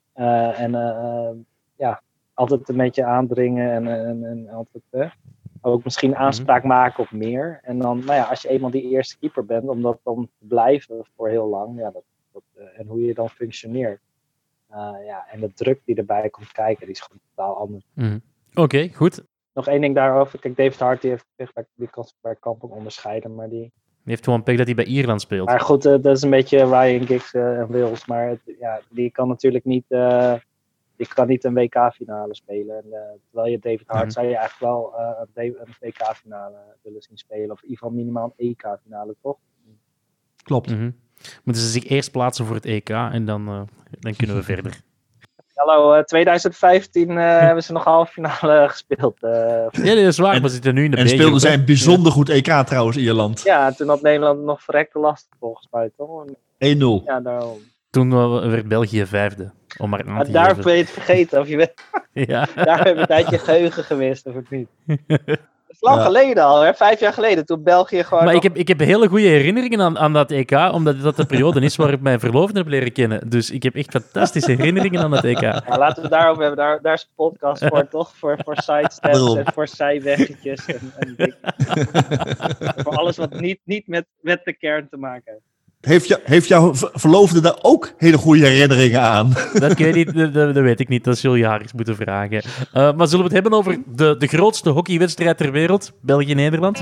Altijd een beetje aandringen en altijd ook misschien aanspraak maken op meer. En dan, als je eenmaal die eerste keeper bent, om dat dan te blijven voor heel lang, en hoe je dan functioneert. En de druk die erbij komt kijken, die is gewoon totaal anders. Oké, goed. Nog één ding daarover. Kijk, David Hart die heeft gezegd, die kan zich bij Kampong onderscheiden, maar die heeft gewoon pech dat hij bij Ierland speelt. Maar goed, dat is een beetje Ryan Giggs en Wils. Maar die kan natuurlijk niet, die kan niet een WK-finale spelen. En, terwijl je David Hart zou je eigenlijk wel een WK-finale willen zien spelen. Of in ieder geval minimaal een EK-finale, toch? Klopt. Moeten ze zich eerst plaatsen voor het EK en dan kunnen we verder. Hallo, 2015 hebben ze nog halve finale gespeeld. Ja, dat is waar, maar ze zitten nu in de En speelden zij een bijzonder goed EK trouwens, Ierland. Ja, toen had Nederland nog verrekte last volgens mij, toch? 1-0. Ja, daarom. Toen werd België 5e. Om maar aan te daar geven. ben je het vergeten, of je bent... Ja. Daar heb je een tijdje geheugen geweest, of het niet? Dat is lang geleden al, hè? 5 jaar geleden, toen België gewoon... Maar ik heb hele goede herinneringen aan dat EK, omdat dat de periode is waar ik mijn verloofde heb leren kennen. Dus ik heb echt fantastische herinneringen aan dat EK. Ja, laten we het daarover hebben. Daar is de podcast voor, toch? Voor sidesteps en voor zijweggetjes. En voor alles wat niet met de kern te maken heeft. Heeft jouw verloofde daar ook hele goede herinneringen aan? Dat weet ik niet, dat weet ik niet. Dat zul je haar eens moeten vragen. Maar zullen we het hebben over de grootste hockeywedstrijd ter wereld? België-Nederland?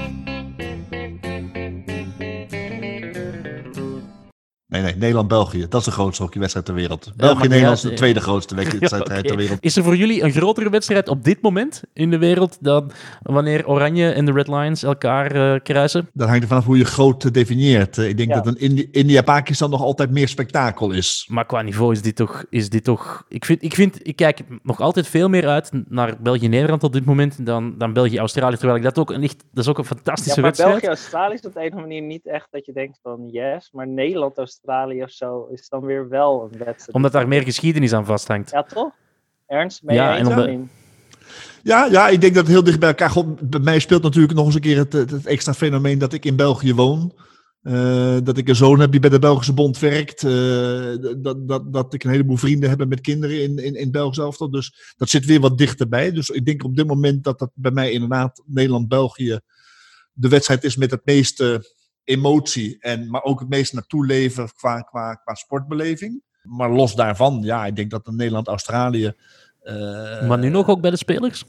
Nee, Nederland-België. Dat is de grootste hockeywedstrijd ter wereld. België-Nederland is de tweede grootste wedstrijd ter wereld. Is er voor jullie een grotere wedstrijd op dit moment in de wereld dan wanneer Oranje en de Red Lions elkaar kruisen? Dat hangt er vanaf hoe je groot definieert. Ik denk dat een India-Pakistan nog altijd meer spektakel is. Maar qua niveau is dit toch... Ik kijk nog altijd veel meer uit naar België-Nederland op dit moment dan België-Australië. Terwijl ik dat ook dat is ook een fantastische wedstrijd. België-Australië is op de een of andere manier niet echt dat je denkt van yes, maar Nederland-Australië of zo is dan weer wel een wedstrijd. Omdat daar meer geschiedenis aan vasthangt. Ja, toch? Ernst, ben je eens? Ja, ik denk dat het heel dicht bij elkaar komt. Bij mij speelt natuurlijk nog eens een keer het extra fenomeen dat ik in België woon. Dat ik een zoon heb die bij de Belgische Bond werkt. Dat ik een heleboel vrienden heb met kinderen in België zelf. Dus dat zit weer wat dichterbij. Dus ik denk op dit moment dat bij mij inderdaad Nederland-België de wedstrijd is met het meeste emotie, maar ook het meest naartoe leven qua sportbeleving. Maar los daarvan, ja, ik denk dat Nederland-Australië... Maar nu nog ook bij de spelers?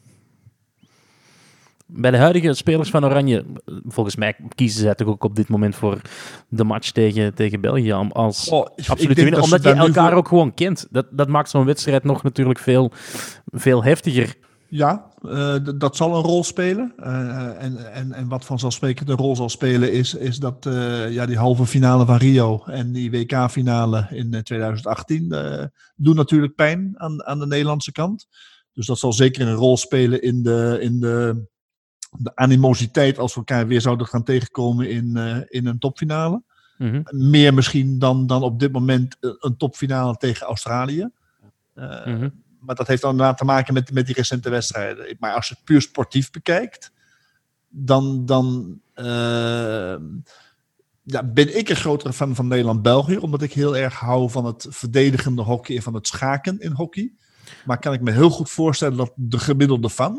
Bij de huidige spelers van Oranje, volgens mij kiezen zij toch ook op dit moment voor de match tegen België als absolute winnaar. Omdat je elkaar ook gewoon kent. Dat maakt zo'n wedstrijd nog natuurlijk veel heftiger. Ja, dat zal een rol spelen. En wat vanzelfsprekend een rol zal spelen is dat die halve finale van Rio en die WK-finale in 2018 doen natuurlijk pijn aan de Nederlandse kant. Dus dat zal zeker een rol spelen in de animositeit als we elkaar weer zouden gaan tegenkomen in een topfinale. Mm-hmm. Meer misschien dan op dit moment een topfinale tegen Australië. Mm-hmm. Maar dat heeft dan inderdaad te maken met die recente wedstrijden. Maar als je het puur sportief bekijkt, dan ben ik een grotere fan van Nederland-België. Omdat ik heel erg hou van het verdedigende hockey en van het schaken in hockey. Maar kan ik me heel goed voorstellen dat de gemiddelde fan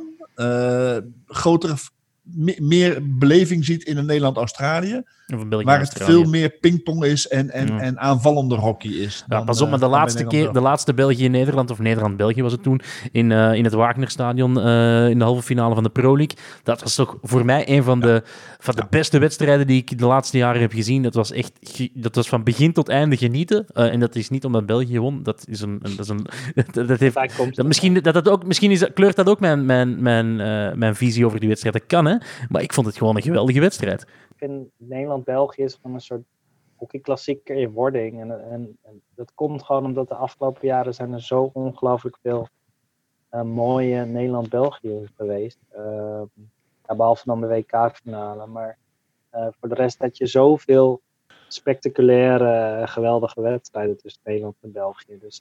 meer beleving ziet in een Nederland-Australië. Waar het veel meer pingpong is en aanvallender hockey is. Ja, pas op, maar de laatste België-Nederland, of Nederland-België was het toen, in het Wagnerstadion in de halve finale van de Pro League. Dat was toch voor mij een van de beste wedstrijden die ik de laatste jaren heb gezien. Dat was van begin tot einde genieten. En dat is niet omdat België won. Misschien kleurt dat ook mijn visie over die wedstrijd. Dat kan, hè. Maar ik vond het gewoon een geweldige wedstrijd. Ik vind Nederland-België is gewoon een soort hockeyklassieker in wording. En dat komt gewoon omdat de afgelopen jaren zijn er zo ongelooflijk veel mooie Nederland-België geweest. Behalve dan de WK-finale. Maar voor de rest had je zoveel spectaculaire, geweldige wedstrijden tussen Nederland en België. Dus,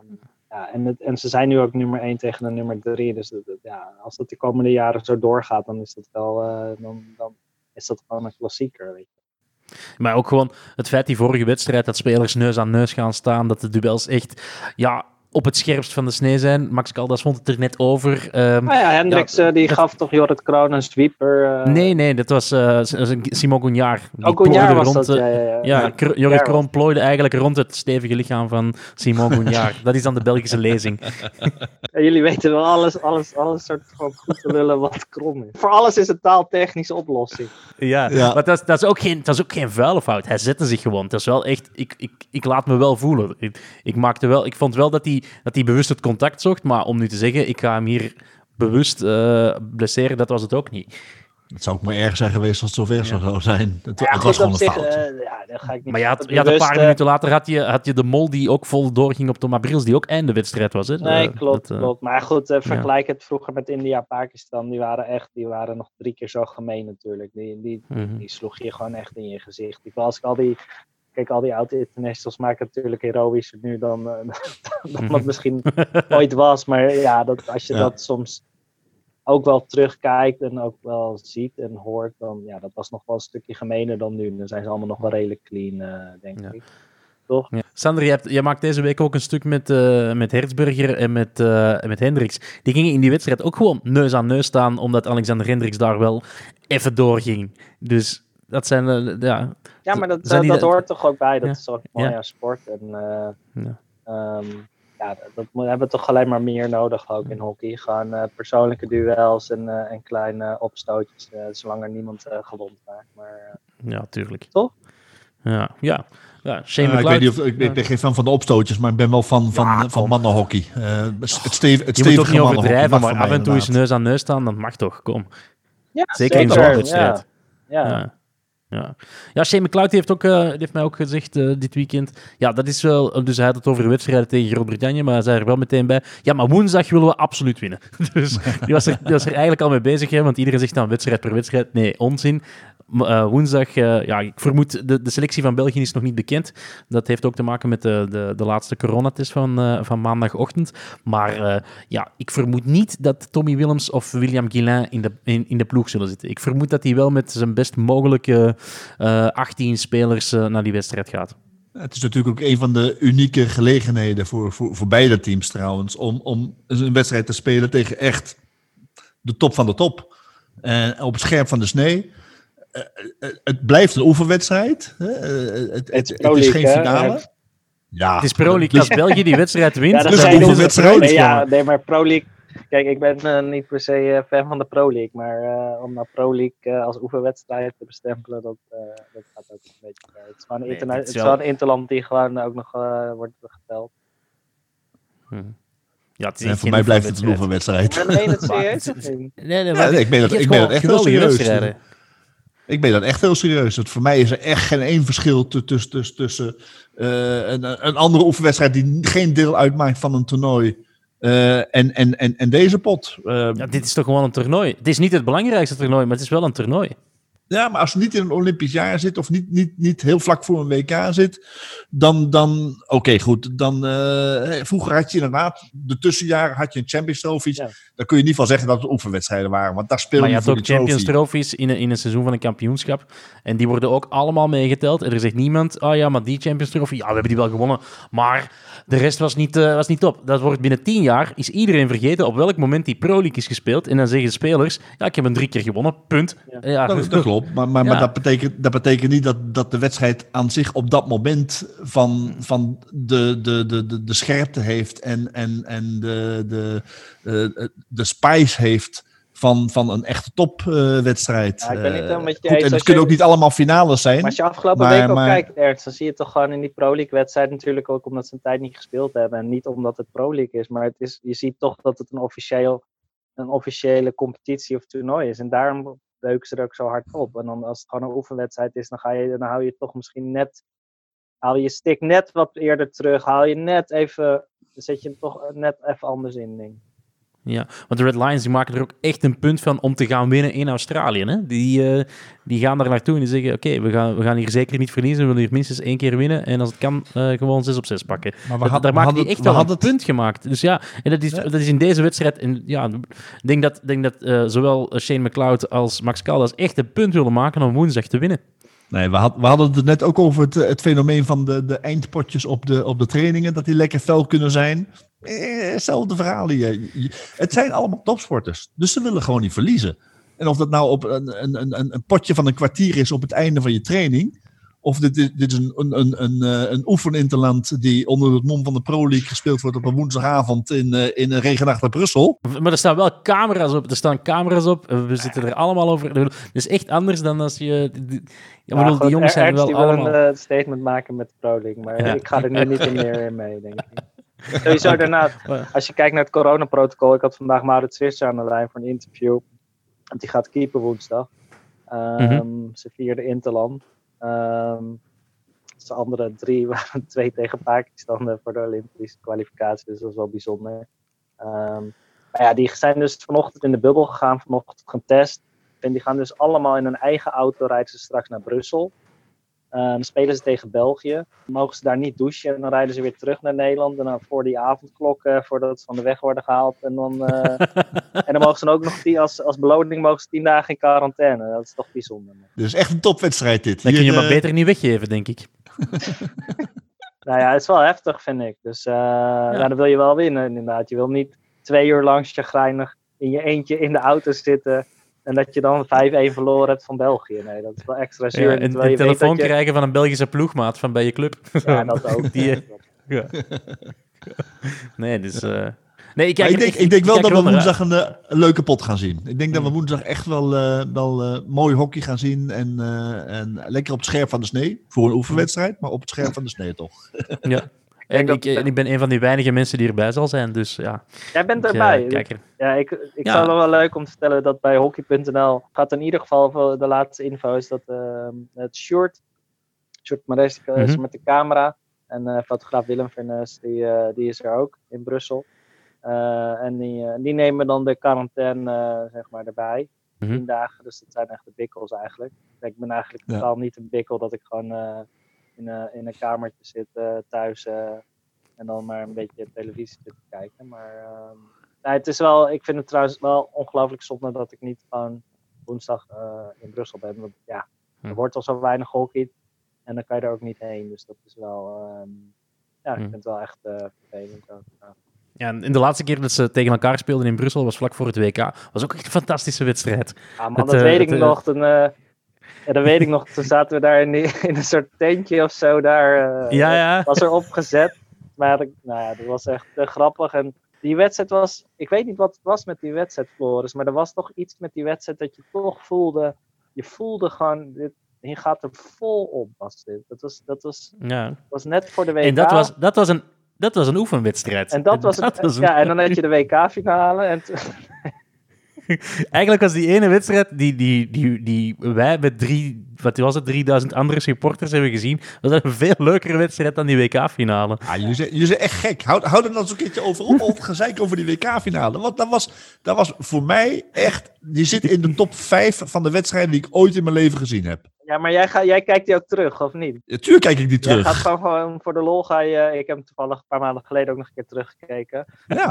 en ze zijn nu ook nummer 1 tegen de nummer 3. Dus als dat de komende jaren zo doorgaat, dan is dat wel dan is dat gewoon een klassieker. Weet je. Maar ook gewoon het feit die vorige wedstrijd dat spelers neus aan neus gaan staan, dat de duels echt op het scherpst van de snee zijn. Max Caldas vond het er net over. Hendricks die gaf toch Jorrit Kroon een sweeper? Nee, dat was Simon Gounard. Gounard was dat, ja. Jorrit Kroon plooide eigenlijk rond het stevige lichaam van Simon Gounard. Dat is dan de Belgische lezing. Jullie weten wel alles soort gewoon goed te lullen wat krom is. Voor alles is een taaltechnische oplossing. Ja. Maar dat is ook geen vuile fout. Hij zette zich gewoon. Dat is wel echt... Ik laat me wel voelen. Ik vond wel dat hij bewust het contact zocht, maar om nu te zeggen, ik ga hem hier bewust blesseren, dat was het ook niet. Het zou ook maar erg zijn geweest als het zover zou zijn. Het was gewoon een fout. Dat ga ik niet. Maar je had een paar minuten later had je de Mol die ook vol doorging op Thomas Brils, die ook einde wedstrijd was. Hè? Nee, klopt. Maar goed, vergelijk het vroeger met India-Pakistan. Die waren nog 3 keer zo gemeen natuurlijk. Die sloeg je gewoon echt in je gezicht. Als ik al die oude internationals maken natuurlijk heroïscher nu dan het misschien ooit was. Maar als je dat soms ook wel terugkijkt en ook wel ziet en hoort, dan dat was nog wel een stukje gemener dan nu. Dan zijn ze allemaal nog wel redelijk clean, denk ik. Toch? Ja. Sander, jij maakt deze week ook een stuk met Hertzberger en met Hendricks. Die gingen in die wedstrijd ook gewoon neus aan neus staan, omdat Alexander Hendricks daar wel even doorging. Dus Dat zijn, Ja, maar zijn die dat hoort toch ook bij. Dat Ja. is ook mooi Ja. aan sport. En Ja. dat hebben we toch alleen maar meer nodig ook in hockey. Gewoon persoonlijke duels en kleine opstootjes. Zolang er niemand gewond raakt. Maar Ja, tuurlijk. toch? Ja. Shane ik McLeod. weet niet of ik ben geen fan van de opstootjes, maar ik ben wel fan van mannenhockey. Het Je moet stevige ook niet mannenhockey overdrijven, mag maar voor mij af en toe eens inderdaad. neus aan neus staan, dat mag toch, kom. Ja, Zeker in zo'n wedstrijd. Ja. Ja, Shane McLeod die heeft mij ook gezegd dit weekend. Ja, dat is wel. Dus hij had het over wedstrijden tegen Groot-Brittannië, maar hij zei er wel meteen bij. Ja, maar woensdag willen we absoluut winnen. Dus die was er eigenlijk al mee bezig, hè, want iedereen zegt dan wedstrijd per wedstrijd. Nee, onzin. Woensdag, ik vermoed, de selectie van België is nog niet bekend. Dat heeft ook te maken met de laatste coronatest van maandagochtend. Maar ik vermoed niet dat Tommy Willems of William Guillain in de ploeg zullen zitten. Ik vermoed dat hij wel met zijn best mogelijke 18 spelers naar die wedstrijd gaat. Het is natuurlijk ook een van de unieke gelegenheden voor beide teams trouwens, om een wedstrijd te spelen tegen echt de top van de top. En op het scherp van de snee. Het blijft een oefenwedstrijd. Het is geen finale. Ja, Het is Pro League. Als België die wedstrijd wint, Ja, dat dus zijn een dus oefenwedstrijd. nee, maar Pro League. Kijk, ik ben niet per se fan van de Pro League, maar om nou Pro League als oefenwedstrijd te bestempelen, dat gaat ook een beetje ver. Het is gewoon Nee, het is wel een interland die gewoon ook nog wordt geteld. Ja, het is En echt voor geen mij blijft het een oefenwedstrijd. oefenwedstrijd. Ben je het serieus? Nee, Ja, ik meen dat je hebt echt gewoon heel geweldige serieus. wedstrijden. Ik ben dat echt heel serieus. Want voor mij is er echt geen één verschil tussen een andere oefenwedstrijd die geen deel uitmaakt van een toernooi en deze pot. Ja, dit is toch gewoon een toernooi. Het is niet het belangrijkste toernooi, maar het is wel een toernooi. Ja, maar als je niet in een Olympisch jaar zit of niet heel vlak voor een WK zit, dan oké, goed. Dan, vroeger had je inderdaad, de tussenjaren had je een Champions Trophies. Ja. Dan kun je niet van zeggen dat het oefenwedstrijden waren, want daar speel Maar je je had voor ook die Champions trofee. Trophies in een seizoen van een kampioenschap. En die worden ook allemaal meegeteld. En er zegt niemand, oh ja, maar die Champions Trophy, ja, we hebben die wel gewonnen. Maar de rest was niet top. Dat wordt binnen 10 jaar, is iedereen vergeten op welk moment die Pro League is gespeeld. En dan zeggen de spelers, ja, ik heb hem 3 keer gewonnen, punt. Ja. Dat klopt, maar Ja. dat betekent niet dat de wedstrijd aan zich op dat moment van de scherpte heeft en de spice heeft van een echte topwedstrijd. Ja, ik ben niet helemaal met je Goed, eens. en het Als kunnen je- ook niet allemaal finales zijn. Maar als je afgelopen Maar- week ook maar- kijkt, Ernst, dan zie je toch gewoon in die Pro League wedstrijd natuurlijk ook omdat ze een tijd niet gespeeld hebben. En niet omdat het Pro League is, maar je ziet toch dat het een officiële competitie of toernooi is. En daarom beuken ze er ook zo hard op. En dan als het gewoon een oefenwedstrijd is, dan hou je toch misschien haal je stick net wat eerder terug, dan zet je hem toch net even anders in, denk ik. Ja, want de Red Lions die maken er ook echt een punt van om te gaan winnen in Australië. Hè? Die gaan daar naartoe en die zeggen, oké, we gaan hier zeker niet verliezen. We willen hier minstens 1 keer winnen. En als het kan, gewoon 6 op 6 pakken. Daar maken die echt wel een punt gemaakt. Dus ja, en dat is in deze wedstrijd. En ja, ik denk dat zowel Shane McLeod als Max Caldas echt een punt willen maken om woensdag te winnen. Nee, we hadden het net ook over het fenomeen van de eindpotjes op de trainingen, dat die lekker fel kunnen zijn. Hetzelfde verhaal hier. Het zijn allemaal topsporters, dus ze willen gewoon niet verliezen. En of dat nou op een potje van een kwartier is op het einde van je training, of dit is een oefeninterland die onder het mom van de Pro League gespeeld wordt op een woensdagavond in een regenachtig Brussel. Maar er staan wel camera's op. Er staan camera's op. We zitten er allemaal over. Het is echt anders dan als je... die jongens zijn wel allemaal... Ik wil een statement maken met de Pro League, maar Ja. ik ga er nu niet in meer in mee, denk ik. Sowieso daarna, als je kijkt naar het coronaprotocol, ik had vandaag Maurits Visser aan de lijn voor een interview. Want die gaat keeper woensdag. Ze vierde Interland. De andere 3 waren 2 tegen Pakistan voor de Olympische kwalificatie, dus dat is wel bijzonder. Maar ja, die zijn dus vanochtend in de bubbel gegaan, vanochtend getest. En die gaan dus allemaal in hun eigen auto, rijden ze straks naar Brussel. Dan spelen ze tegen België. Dan mogen ze daar niet douchen en dan rijden ze weer terug naar Nederland. En dan voor die avondklok, voordat ze van de weg worden gehaald. En dan mogen ze dan ook nog als beloning mogen ze 10 dagen in quarantaine. Dat is toch bijzonder. Dus echt een topwedstrijd dit. Dat kun je Hier, maar beter niet weggeven, denk ik. Nou ja, het is wel heftig, vind ik. Dus dan wil je wel winnen, inderdaad. Je wil niet 2 uur lang chagrijnig in je eentje in de auto zitten. En dat je dan 5-1 verloren hebt van België. Nee, dat is wel extra zuur. Ja, en terwijl een je weet telefoon dat je... krijgen van een Belgische ploegmaat van bij je club. Ja, dat ook. Die, ja. Nee, dus... Nee, ik, Maar ik denk wel kijk dat we er naar uit. woensdag een leuke pot gaan zien. Ik denk dat we woensdag echt wel mooi hockey gaan zien. En lekker op het scherp van de snee. Voor een oefenwedstrijd, maar op het scherp van de snee toch. Ja. En ik ben een van die weinige mensen die erbij zal zijn, dus ja. Jij bent erbij. Kijk er. Ja, ik zou het wel leuk om te vertellen dat bij hockey.nl gaat in ieder geval voor de laatste info is dat het Sjoerd Mares is met de camera en fotograaf Willem Vernes die is er ook in Brussel. En die nemen dan de quarantaine zeg maar erbij. 10 dagen, dus dat zijn echt de bikkels eigenlijk. Ik ben eigenlijk totaal niet een bikkel dat ik gewoon in een kamertje zit thuis en dan maar een beetje televisie zit te kijken. Maar het is wel, ik vind het trouwens wel ongelooflijk zonde dat ik niet gewoon woensdag in Brussel ben. Want ja, er wordt al zo weinig gehockeyd en dan kan je er ook niet heen. Dus dat is wel, ik vind het wel echt vervelend ook. Ja, en de laatste keer dat ze tegen elkaar speelden in Brussel was vlak voor het WK. Was ook echt een fantastische wedstrijd. Ja, man, dat weet ik nog. Dat weet ik nog. Toen zaten we daar in een soort tentje of zo. Daar was er opgezet. Maar dat was echt groppig. En die wedstrijd was... Ik weet niet wat het was met die wedstrijd, Floris. Maar er was toch iets met die wedstrijd dat je toch voelde... Je voelde gewoon... Hier gaat er vol op, was dit. Dat was net voor de WK. En dat was een oefenwedstrijd. En en dan had je de WK-finale. En eigenlijk was die ene wedstrijd die wij met 3000 andere supporters hebben gezien, was dat een veel leukere wedstrijd dan die WK-finale. Ja, jullie zijn echt gek. Hou er dan eens een keertje over op, het gezeik over die WK-finale. Want dat was voor mij echt... Die zit in de top 5 van de wedstrijden die ik ooit in mijn leven gezien heb. Ja, maar jij kijkt die ook terug, of niet? Natuurlijk kijk ik die terug. Jij gaat gewoon voor de lol ik heb hem toevallig een paar maanden geleden ook nog een keer teruggekeken. Ja.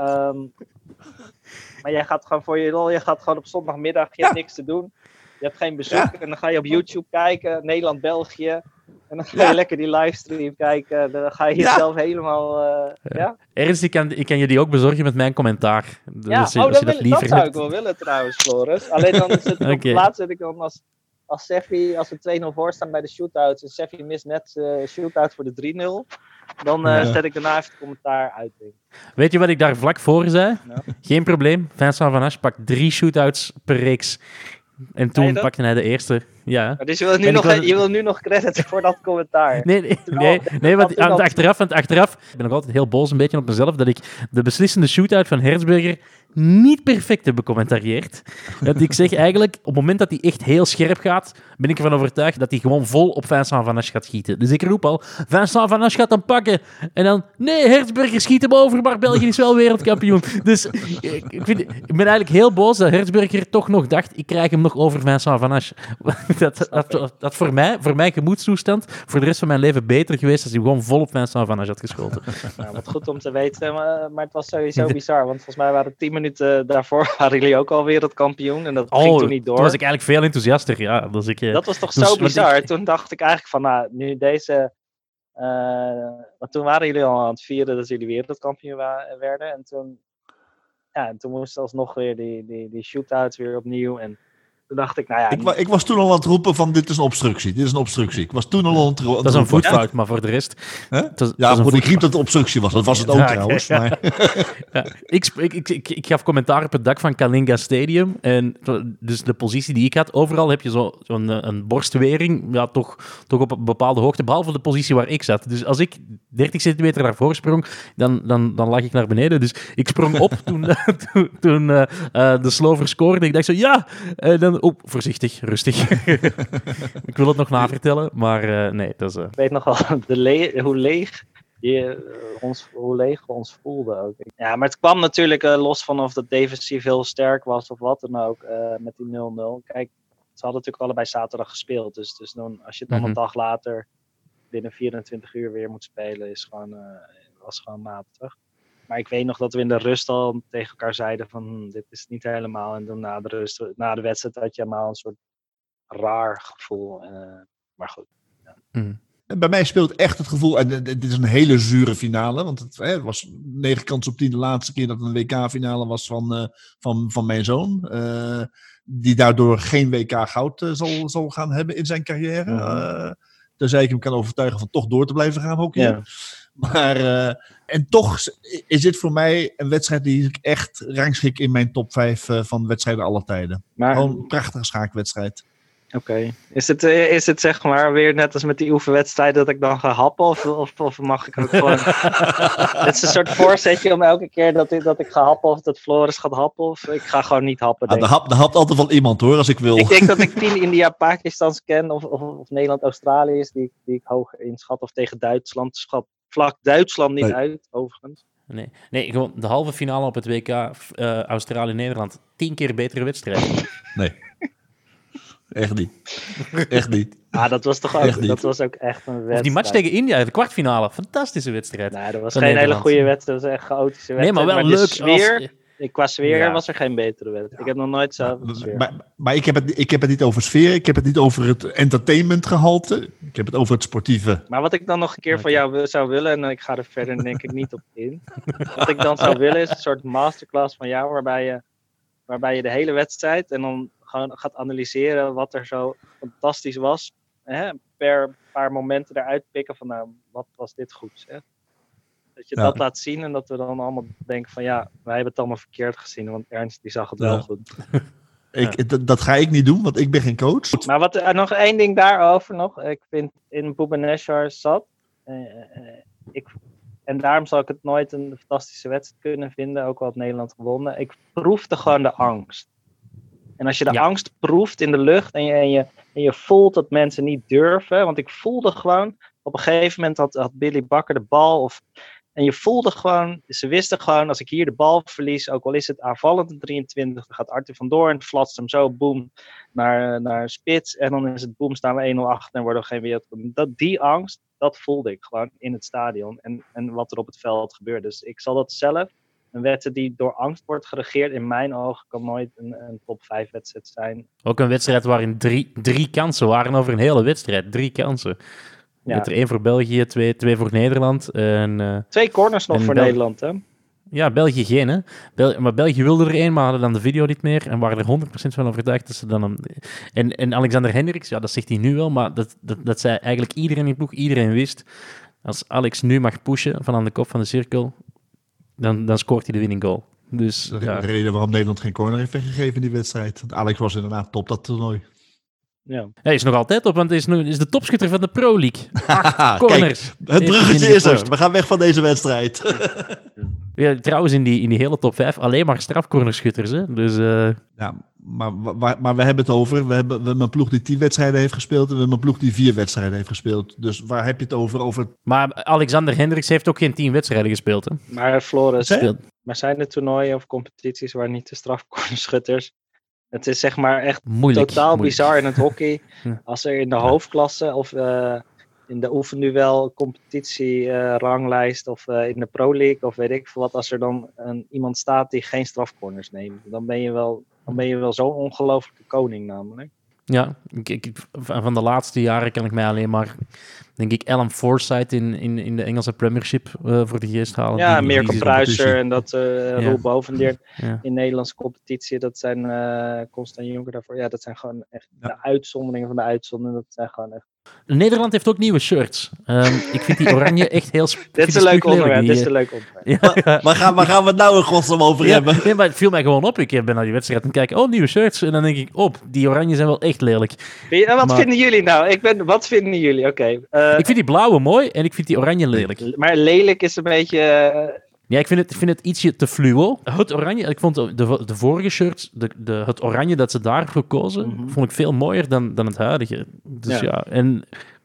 Maar jij gaat gewoon voor je lol, je gaat gewoon op zondagmiddag, je hebt niks te doen. Je hebt geen bezoek en dan ga je op YouTube kijken, Nederland-België. En dan ga je lekker die livestream kijken. Dan ga je jezelf helemaal... Ernst, ik kan je die ook bezorgen met mijn commentaar. Dus dat zou ik wel willen trouwens, Floris. Alleen dan is het op laatst zit ik dan als Seffi, als we 2-0 voor staan bij de shootouts en Seffi mist net shootout voor de 3-0, dan zet ik daarna even het commentaar uit. Weet je wat ik daar vlak voor zei? Nou. Geen probleem. Vincent Van Asch pakt 3 shootouts per reeks. En toen pakte hij de eerste. Ja. Maar dus je wil nu nog credits voor dat commentaar. Nee, want achteraf ik ben nog altijd heel boos een beetje op mezelf dat ik de beslissende shootout van Herzberger niet perfect heb becommentarieerd. Dat ik zeg eigenlijk, op het moment dat hij echt heel scherp gaat, ben ik ervan overtuigd dat hij gewoon vol op Vincent Van Asch gaat schieten. Dus ik roep al, Vincent Van Asch gaat hem pakken. En dan, nee, Herzberger schiet hem over, maar België is wel wereldkampioen. Dus ik ben eigenlijk heel boos dat Herzberger toch nog dacht, ik krijg hem nog over Vincent Van Asch. Dat voor mijn gemoedstoestand voor de rest van mijn leven beter geweest als hij gewoon vol op Vincent Van Asch had geschoten. Nou, wat goed om te weten, maar het was sowieso bizar, want volgens mij waren 10 minuten daarvoor waren jullie ook al wereldkampioen en dat ging toen niet door. Toen was ik eigenlijk veel enthousiaster, ja. Dat was toch zo bizar. Toen dacht ik eigenlijk van, nu deze... want toen waren jullie al aan het vieren dat jullie wereldkampioen werden en toen moesten alsnog weer die shootouts weer opnieuw en toen dacht ik, Ik was toen al aan het roepen van dit is een obstructie. Ik was toen al aan het roepen. Dat is een voetfout, maar voor de rest... Ik riep dat het obstructie was. Dat was het ook trouwens. Okay. Maar... Ik gaf commentaar op het dak van Kalinga Stadium. En dus de positie die ik had, overal heb je zo'n borstwering, ja, toch op een bepaalde hoogte, behalve de positie waar ik zat. Dus als ik 30 centimeter daarvoor sprong, dan lag ik naar beneden. Dus ik sprong op toen de Slover scoorde. Ik dacht zo, dan... voorzichtig, rustig. Ik wil het nog navertellen, maar nee. Dat is, Ik weet nog wel hoe leeg we ons voelden ook. Ja, maar het kwam natuurlijk los van of dat defensief heel sterk was of wat dan ook met die 0-0. Kijk, ze hadden natuurlijk allebei zaterdag gespeeld. Dus dan, als je het dan een dag later binnen 24 uur weer moet spelen, was gewoon matig. Maar ik weet nog dat we in de rust al tegen elkaar zeiden van dit is niet helemaal. En dan na de wedstrijd had je helemaal een soort raar gevoel. Maar goed. Ja. Bij mij speelt echt het gevoel, en dit is een hele zure finale, want het was 9 kansen op 10 de laatste keer dat een WK-finale was van mijn zoon. Die daardoor geen WK goud zal gaan hebben in zijn carrière. Tenzij ik hem kan overtuigen van toch door te blijven gaan hockeyen. Ja. Maar, en toch is dit voor mij een wedstrijd die ik echt rangschik in mijn top 5 van wedstrijden aller tijden. Maar Gewoon een prachtige schaakwedstrijd. oké. Is het zeg maar weer net als met die oefenwedstrijd dat ik dan ga happen? Of mag ik ook gewoon... Het is een soort voorzetje om elke keer dat ik ga happen of dat Floris gaat happen. Of ik ga gewoon niet happen. Er hapt altijd wel iemand hoor, als ik wil. Ik denk dat ik 10 India-Pakistans ken. Of Nederland-Australiërs die ik hoger inschat. Of tegen Duitsland. Vlak Duitsland niet uit, overigens. Nee, gewoon de halve finale op het WK Australië-Nederland. 10 keer betere wedstrijd. Nee. Echt niet. Echt niet. Ah, dat was toch ook, dat was ook echt een wedstrijd. Of die match tegen India, de kwartfinale. Fantastische wedstrijd. Nee, dat was van geen Nederland. hele goede wedstrijd. Dat was echt een chaotische wedstrijd. Nee, maar wel de leuk. sfeer, qua sfeer Ja. was er geen betere wedstrijd. Ik heb nog nooit zo sfeer. Maar ik heb het niet over sfeer. Ik heb het niet over het entertainmentgehalte. Ik heb het over het sportieve. Maar wat ik dan nog een keer van jou zou willen, en ik ga er verder denk ik niet op in. Wat ik dan zou willen is een soort masterclass van jou, waarbij je de hele wedstrijd en dan gewoon gaat analyseren wat er zo fantastisch was. Hè? Per paar momenten eruit pikken van nou, wat was dit goed. Hè? Dat je dat laat zien en dat we dan allemaal denken van ja, wij hebben het allemaal verkeerd gezien, want Ernst die zag het wel goed. Dat ga ik niet doen, want ik ben geen coach. Maar nog één ding daarover nog. Ik vind in Bhubaneswar zat. En daarom zal ik het nooit een fantastische wedstrijd kunnen vinden, ook al had Nederland gewonnen. Ik proefde gewoon de angst. En als je de angst proeft in de lucht en je voelt dat mensen niet durven, want ik voelde gewoon, op een gegeven moment had Billy Bakker de bal, en je voelde gewoon, ze wisten gewoon, als ik hier de bal verlies, ook al is het aanvallend in 23, dan gaat Arthur vandoor en flatst hem zo, boem, naar spits. En dan is het boem, staan we 1-0 achter en worden we geen wereldkampioen. Die angst, dat voelde ik gewoon in het stadion en wat er op het veld gebeurt. Dus ik zal dat zelf, een wedstrijd die door angst wordt geregeerd, in mijn ogen kan nooit een top 5 wedstrijd zijn. Ook een wedstrijd waarin drie kansen waren over een hele wedstrijd. 3 kansen. Ja. Met er 1 voor België, 2 voor Nederland. En, 2 corners nog voor Nederland, hè? Ja, België geen, hè. Maar België wilde er 1, maar hadden dan de video niet meer. En waren er 100% van overtuigd dat ze dan... En Alexander Hendricks, ja, dat zegt hij nu wel, maar dat zei eigenlijk iedereen in de ploeg. Iedereen wist, als Alex nu mag pushen van aan de kop van de cirkel, dan scoort hij de winning goal. Dus, Dat is de reden waarom Nederland geen corner heeft weggegeven in die wedstrijd. Want Alex was inderdaad top dat toernooi. Ja. Hij is nog altijd op, want hij is de topschutter van de Pro League. 8 corners. Kijk, het bruggetje is er. We gaan weg van deze wedstrijd. Ja, trouwens, in die hele top 5 alleen maar strafcornerschutters. Hè? Dus, Ja, maar we hebben het over. We hebben een ploeg die 10 wedstrijden heeft gespeeld. En we hebben een ploeg die 4 wedstrijden heeft gespeeld. Dus waar heb je het over? Maar Alexander Hendricks heeft ook geen 10 wedstrijden gespeeld. Hè? Maar Floris, Speelt. maar zijn er toernooien of competities waar niet de strafcornerschutters... Het is zeg maar echt Moeilijk. bizar in het hockey. Ja. Als er in de hoofdklasse of in de oefenduel competitie ranglijst of in de Pro League of weet ik veel wat. Als er dan iemand staat die geen strafcorners neemt. Dan ben je wel zo'n ongelofelijke koning namelijk. Ja, van de laatste jaren kan ik mij alleen maar, denk ik, Alan Forsyth in de Engelse Premiership voor de geest halen. Ja, Die Mirko is Pruiser en dat Roel Bovendeer Ja. in Nederlandse competitie. Dat zijn Constant Jonker daarvoor. Ja, dat zijn gewoon echt de uitzonderingen van de uitzonderingen. Dat zijn gewoon echt... Nederland heeft ook nieuwe shirts. Ik vind die oranje echt heel... Dit is een leuk onderwerp. Ja. Waar gaan we het nou in godsnaam over hebben? Nee, maar het viel mij gewoon op. Ik ben naar die wedstrijd aan het kijken. Oh, nieuwe shirts. En dan denk ik, die oranje zijn wel echt lelijk. Wat vinden jullie nou? Wat vinden jullie? Oké. Ik vind die blauwe mooi en ik vind die oranje lelijk. Maar lelijk is een beetje... Ja, ik vind het ietsje te fluo. Het oranje, ik vond de vorige shirts, het oranje dat ze daar gekozen, vond ik veel mooier dan het huidige. Dus en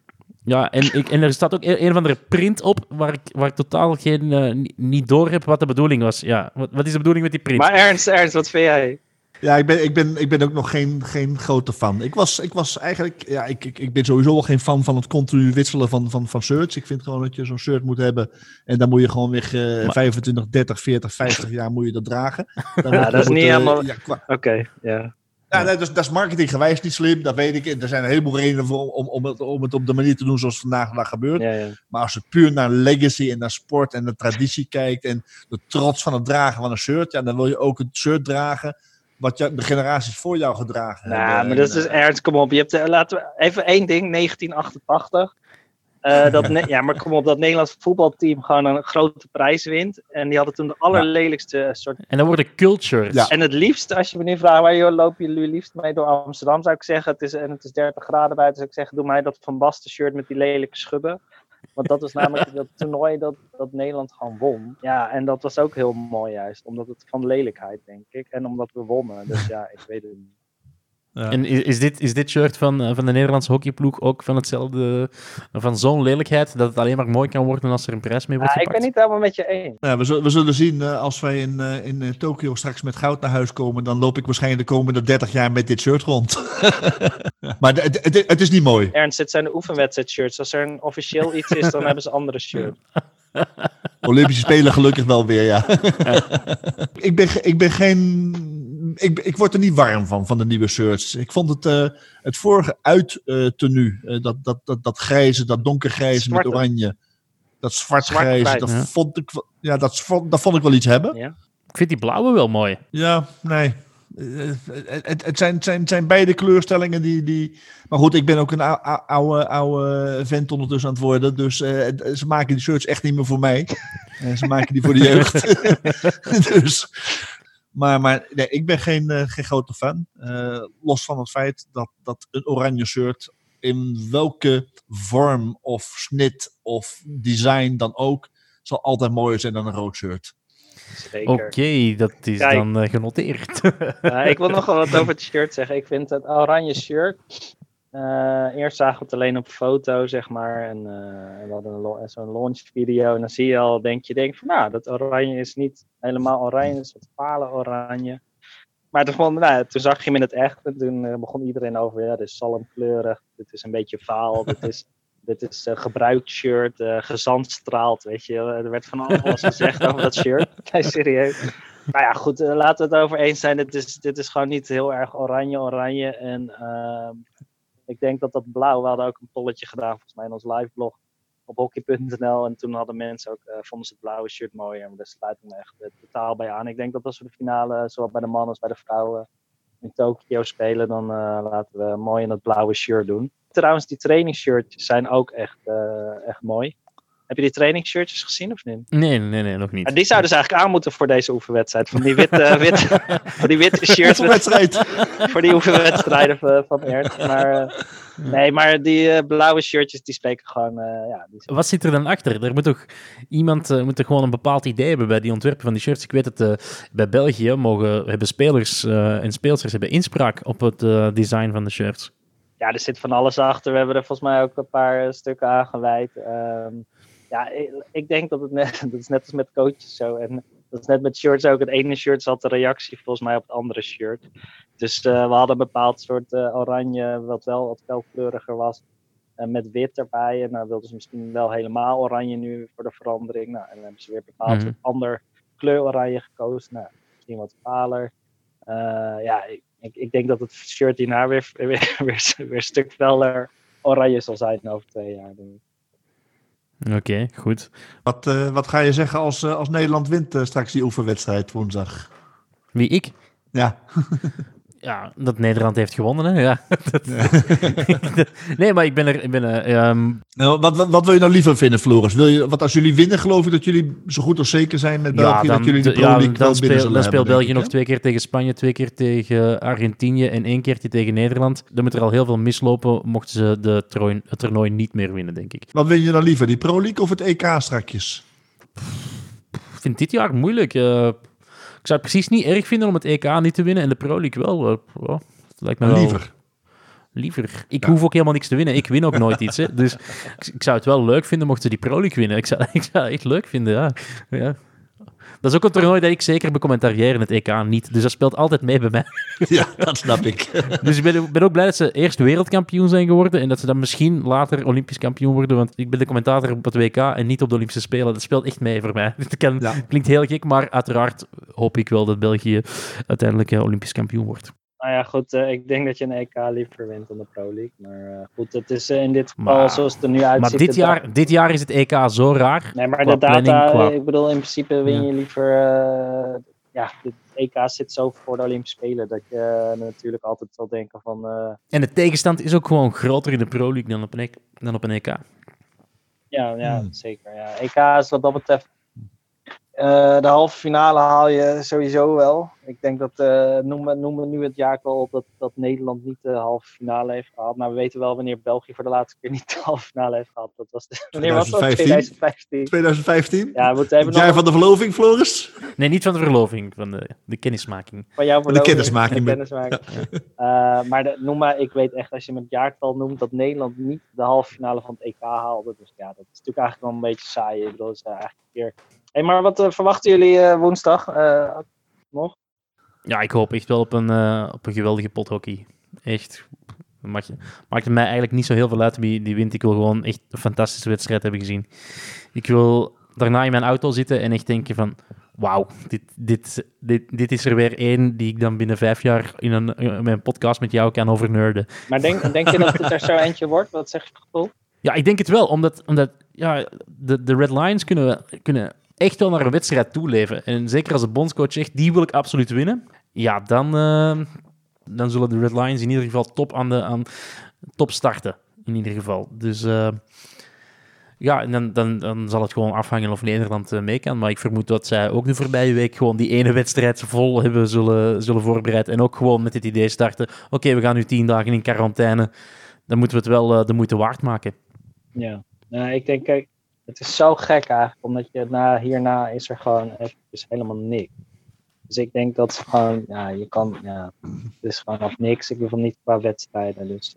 er staat ook een of andere print op waar ik totaal niet door heb wat de bedoeling was. Ja, wat is de bedoeling met die print? Maar Ernst, wat vind jij? Ja, ik ben ook nog geen grote fan. Ik was eigenlijk... Ja, ik ben sowieso al geen fan van het continu wisselen van shirts. Ik vind gewoon dat je zo'n shirt moet hebben. En dan moet je gewoon weg 25, 30, 40, 50 jaar moet je dat dragen. Dat is niet helemaal... Oké, ja. Ja, nee, dat is marketinggewijs niet slim, dat weet ik. Er zijn een heleboel redenen voor om het op de manier te doen zoals vandaag de dag gebeurt. Ja. Maar als je puur naar legacy en naar sport en de traditie kijkt en de trots van het dragen van een shirt, ja, dan wil je ook het shirt dragen wat de generaties voor jou gedragen hebben. Nou, maar dat is dus ernst, kom op. Je hebt, laten we even één ding, 1988. Maar kom op, dat Nederlands voetbalteam gewoon een grote prijs wint. En die hadden toen de allerlelijkste soort... En dan worden cultures. Ja. Ja. En het liefst, als je me nu vraagt, waar lopen jullie liefst mee door Amsterdam, zou ik zeggen, het is 30 graden buiten, zou ik zeggen, doe mij dat Van Basten shirt met die lelijke schubben. Want dat was namelijk dat toernooi dat Nederland gewoon won. Ja, en dat was ook heel mooi juist, omdat het van lelijkheid, denk ik. En omdat we wonnen, dus ja, ik weet het niet. Ja. En is dit shirt van de Nederlandse hockeyploeg ook van hetzelfde, van zo'n lelijkheid, dat het alleen maar mooi kan worden als er een prijs mee wordt Ik gepakt? ben niet helemaal met je eens. Ja, we zullen zien, als wij in Tokio straks met goud naar huis komen, dan loop ik waarschijnlijk de komende 30 jaar met dit shirt rond. Maar het is niet mooi. Ernst, dit zijn de oefenwedstrijd-shirts. Als er een officieel iets is, dan hebben ze andere shirts. Olympische Spelen gelukkig wel weer, ja. Ik word er niet warm van de nieuwe shirts. Ik vond het vorige tenue, dat grijze, dat donkergrijze Zwarte. met oranje. Dat zwartgrijze, Zwart-grijs. dat vond ik wel iets hebben. Ja? Ik vind die blauwe wel mooi. Ja, nee. Het zijn beide kleurstellingen die... Maar goed, ik ben ook een oude vent ondertussen aan het worden. Dus ze maken die shirts echt niet meer voor mij. Ze maken die voor de jeugd. Dus... Maar nee, ik ben geen grote fan. Los van het feit dat een oranje shirt in welke vorm of snit of design dan ook zal altijd mooier zijn dan een rood shirt. Zeker. Oké, dat is Kijk. dan genoteerd. Ik wil nog wel wat over het shirt zeggen. Ik vind het oranje shirt... eerst zagen we het alleen op foto, zeg maar. En we hadden zo'n launch video. En dan zie je al, denk van, nou, dat oranje is niet helemaal oranje. Het is wat palenoranje. Maar toen zag je hem in het echt. En toen begon iedereen over, ja, dit is zalmkleurig. Dit is een beetje vaal. Dit is gebruikt shirt. Gezandstraald, weet je. Er werd van alles gezegd over dat shirt. Nee, serieus. Maar ja, goed, laten we het over eens zijn. Dit is gewoon niet heel erg oranje. En ik denk dat blauw, we hadden ook een polletje gedaan, volgens mij in ons liveblog op hockey.nl. En toen hadden mensen ook, vonden ze het blauwe shirt mooier. Maar daar sluit ik me echt totaal bij aan. Ik denk dat als we de finale, zowel bij de mannen als bij de vrouwen, in Tokio spelen, dan laten we mooi in het blauwe shirt doen. Trouwens, die trainingsshirtjes zijn ook echt mooi. Heb je die trainingsshirtjes gezien of niet? Nee, nog niet. En die zouden ze eigenlijk aan moeten voor deze oefenwedstrijd. Van die witte shirts. Voor die oefenwedstrijden van Ernst. Maar die blauwe shirtjes, die spreken gewoon... Wat zit er dan achter? Er moet toch iemand moet er gewoon een bepaald idee hebben bij die ontwerpen van die shirts. Ik weet dat bij België hebben spelers en speelsters hebben inspraak op het design van de shirts. Ja, er zit van alles achter. We hebben er volgens mij ook een paar stukken aan gewijd. Ik denk dat dat is net als met coaches zo. En dat is net met shirts ook. Het ene shirt zat de reactie volgens mij op het andere shirt. Dus we hadden een bepaald soort oranje, wat wel wat felkleuriger was. Met wit erbij. En dan wilden ze misschien wel helemaal oranje nu voor de verandering. Nou, en dan hebben ze weer een bepaald soort ander kleur oranje gekozen. Nou, misschien wat paler. Ik denk dat het shirt hierna weer een stuk feller oranje zal zijn over 2 jaar. Denk ik. Oké, goed. Wat ga je zeggen als Nederland wint straks die oefenwedstrijd woensdag? Wie, ik? Ja. Ja, dat Nederland heeft gewonnen, hè? Ja. Nee, maar ik ben er... Wat wil je nou liever vinden, Floris? Want als jullie winnen, geloof ik dat jullie zo goed als zeker zijn met België, dat jullie de Pro League wel binnen zullen dan speelt hebben, België nog 2 keer tegen Spanje, 2 keer tegen Argentinië en 1 keertje tegen Nederland. Dan moet er al heel veel mislopen, mochten ze het toernooi niet meer winnen, denk ik. Wat wil je dan liever, die Pro League of het EK strakjes? Ik vind dit jaar moeilijk. Ik zou het precies niet erg vinden om het EK niet te winnen en de Pro League wel. Dat lijkt me wel... Liever. Ik hoef ook helemaal niks te winnen. Ik win ook nooit iets. Hè. Dus ik zou het wel leuk vinden mochten ze die Pro League winnen. Ik zou het echt leuk vinden, ja. Dat is ook een toernooi dat ik zeker becommentarieer in het EK niet. Dus dat speelt altijd mee bij mij. Ja, dat snap ik. Dus ik ben ook blij dat ze eerst wereldkampioen zijn geworden en dat ze dan misschien later Olympisch kampioen worden. Want ik ben de commentator op het WK en niet op de Olympische Spelen. Dat speelt echt mee voor mij. Het klinkt heel gek, maar uiteraard hoop ik wel dat België uiteindelijk Olympisch kampioen wordt. Nou ja, goed, ik denk dat je een EK liever wint dan de Pro League. Maar goed, het is in dit geval zoals het er nu uitziet. Maar dit jaar is het EK zo raar. Nee, maar de data, ik bedoel, in principe win je liever... het EK zit zo voor de Olympische Spelen dat je natuurlijk altijd zal denken van... En de tegenstand is ook gewoon groter in de Pro League dan op een EK. Ja, zeker. Ja. EK is wat dat betreft... de halve finale haal je sowieso wel. Ik denk dat, noem nu het jaar al op dat Nederland niet de halve finale heeft gehad. Nou, we weten wel wanneer België voor de laatste keer niet de halve finale heeft gehad. Dat was wanneer was dat? 2015. 2015? Ja, we hebben het jaar van de verloving, Floris? Nee, niet van de verloving, van de kennismaking. Van jouw verloving. De kennismaking. Ja. Maar ik weet echt, als je met jaartal noemt, dat Nederland niet de halve finale van het EK haalde. Dus ja, dat is natuurlijk eigenlijk wel een beetje saai. Ik bedoel, dat is eigenlijk een keer... Hey, maar wat verwachten jullie woensdag nog? Ja, ik hoop echt wel op een geweldige pothockey. Echt. Maakt het mij eigenlijk niet zo heel veel uit wie wint. Ik wil gewoon echt een fantastische wedstrijd hebben gezien. Ik wil daarna in mijn auto zitten en echt denken van... Wauw, dit is er weer één die ik dan binnen 5 jaar in mijn podcast met jou kan overnerden. Maar denk je dat het er zo eentje wordt? Wat zeg je gevoel? Ja, ik denk het wel. Omdat de Red Lions kunnen echt wel naar een wedstrijd toeleven. En zeker als de bondscoach zegt, die wil ik absoluut winnen. Ja, dan zullen de Red Lions in ieder geval top starten. In ieder geval. Dus en dan zal het gewoon afhangen of Nederland mee kan. Maar ik vermoed dat zij ook de voorbije week gewoon die ene wedstrijd vol hebben zullen voorbereid. En ook gewoon met het idee starten. Oké, we gaan nu 10 dagen in quarantaine. Dan moeten we het wel de moeite waard maken. Ja, ik denk, kijk, het is zo gek eigenlijk. Omdat hierna is er gewoon eventjes helemaal niks. Dus ik denk dat ze gewoon, het is gewoon af niks. Ik bedoel niet qua wedstrijden. Dus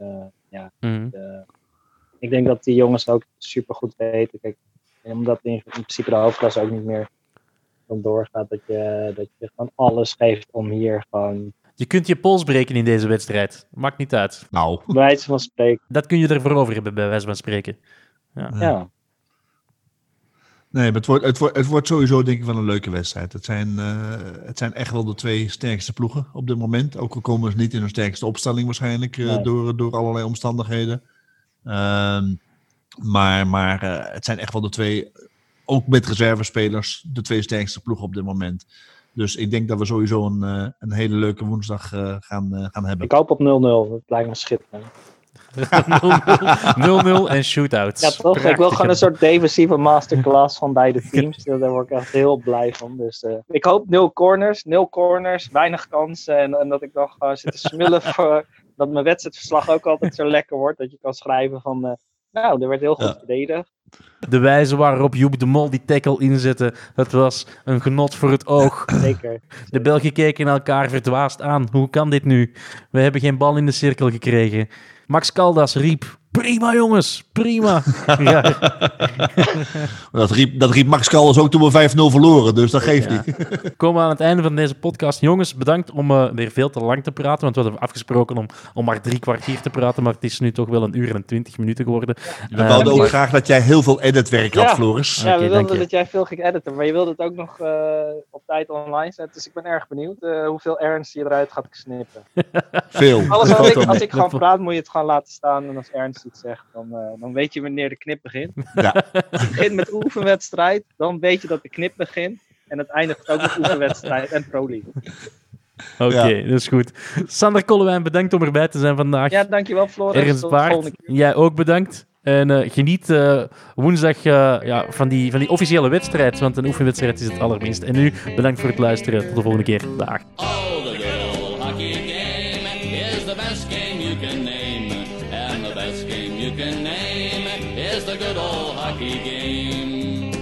ik denk dat die jongens ook super goed weten. Kijk, omdat in principe de hoofdklasse ook niet meer dan doorgaat. Dat je gewoon alles geeft om hier gewoon... Je kunt je pols breken in deze wedstrijd. Maakt niet uit. Nou. Bij wijze van spreken. Dat kun je ervoor over hebben, bij wijze van spreken. Ja. Nee, maar het wordt sowieso denk ik wel een leuke wedstrijd. Het zijn echt wel de 2 sterkste ploegen op dit moment. Ook al komen ze niet in hun sterkste opstelling waarschijnlijk door allerlei omstandigheden. Maar het zijn echt wel de 2, ook met reservespelers, de 2 sterkste ploegen op dit moment. Dus ik denk dat we sowieso een hele leuke woensdag gaan hebben. Ik hoop op 0-0. Dat lijkt me schitterend. 0-0 en shootouts. Ja, toch? Prachtig. Ik wil gewoon een soort defensieve masterclass van beide teams. Daar word ik echt heel blij van. Dus ik hoop 0 corners, weinig kansen. En dat ik nog zit te smullen voor dat mijn wedstrijdverslag ook altijd zo lekker wordt. Dat je kan schrijven van, er werd heel goed verdedigd. De wijze waarop Joep de Mol die tackle inzette, het was een genot voor het oog. Zeker. De Belgen keken elkaar verdwaasd aan. Hoe kan dit nu? We hebben geen bal in de cirkel gekregen. Max Caldas riep, prima jongens, prima. Ja. Dat riep Max Caldas ook toen we 5-0 verloren, dus dat geeft niet. Komen we aan het einde van deze podcast. Jongens, bedankt om weer veel te lang te praten, want we hadden afgesproken om maar 3 kwartier te praten, maar het is nu toch wel 1 uur en 20 minuten geworden. We wouden ook graag dat jij heel veel editwerk had, Floris. Ja, we wilden dat jij veel ging editen, maar je wilde het ook nog op tijd online zetten, dus ik ben erg benieuwd hoeveel ernst je eruit gaat knippen. Veel. Als ik gewoon praat, moet je het gewoon laten staan en als Ernst iets zegt, dan weet je wanneer de knip begint. Ja. Het begint met oefenwedstrijd, dan weet je dat de knip begint. En het eindigt ook met oefenwedstrijd en Pro League. Oké, dat is goed. Sander Kollewijn, bedankt om erbij te zijn vandaag. Ja, dankjewel Floris. Ernst Baart, jij ook bedankt. En geniet woensdag van die officiële wedstrijd, want een oefenwedstrijd is het allerminst. En nu, bedankt voor het luisteren. Tot de volgende keer. Dag. You can name is the good old hockey game.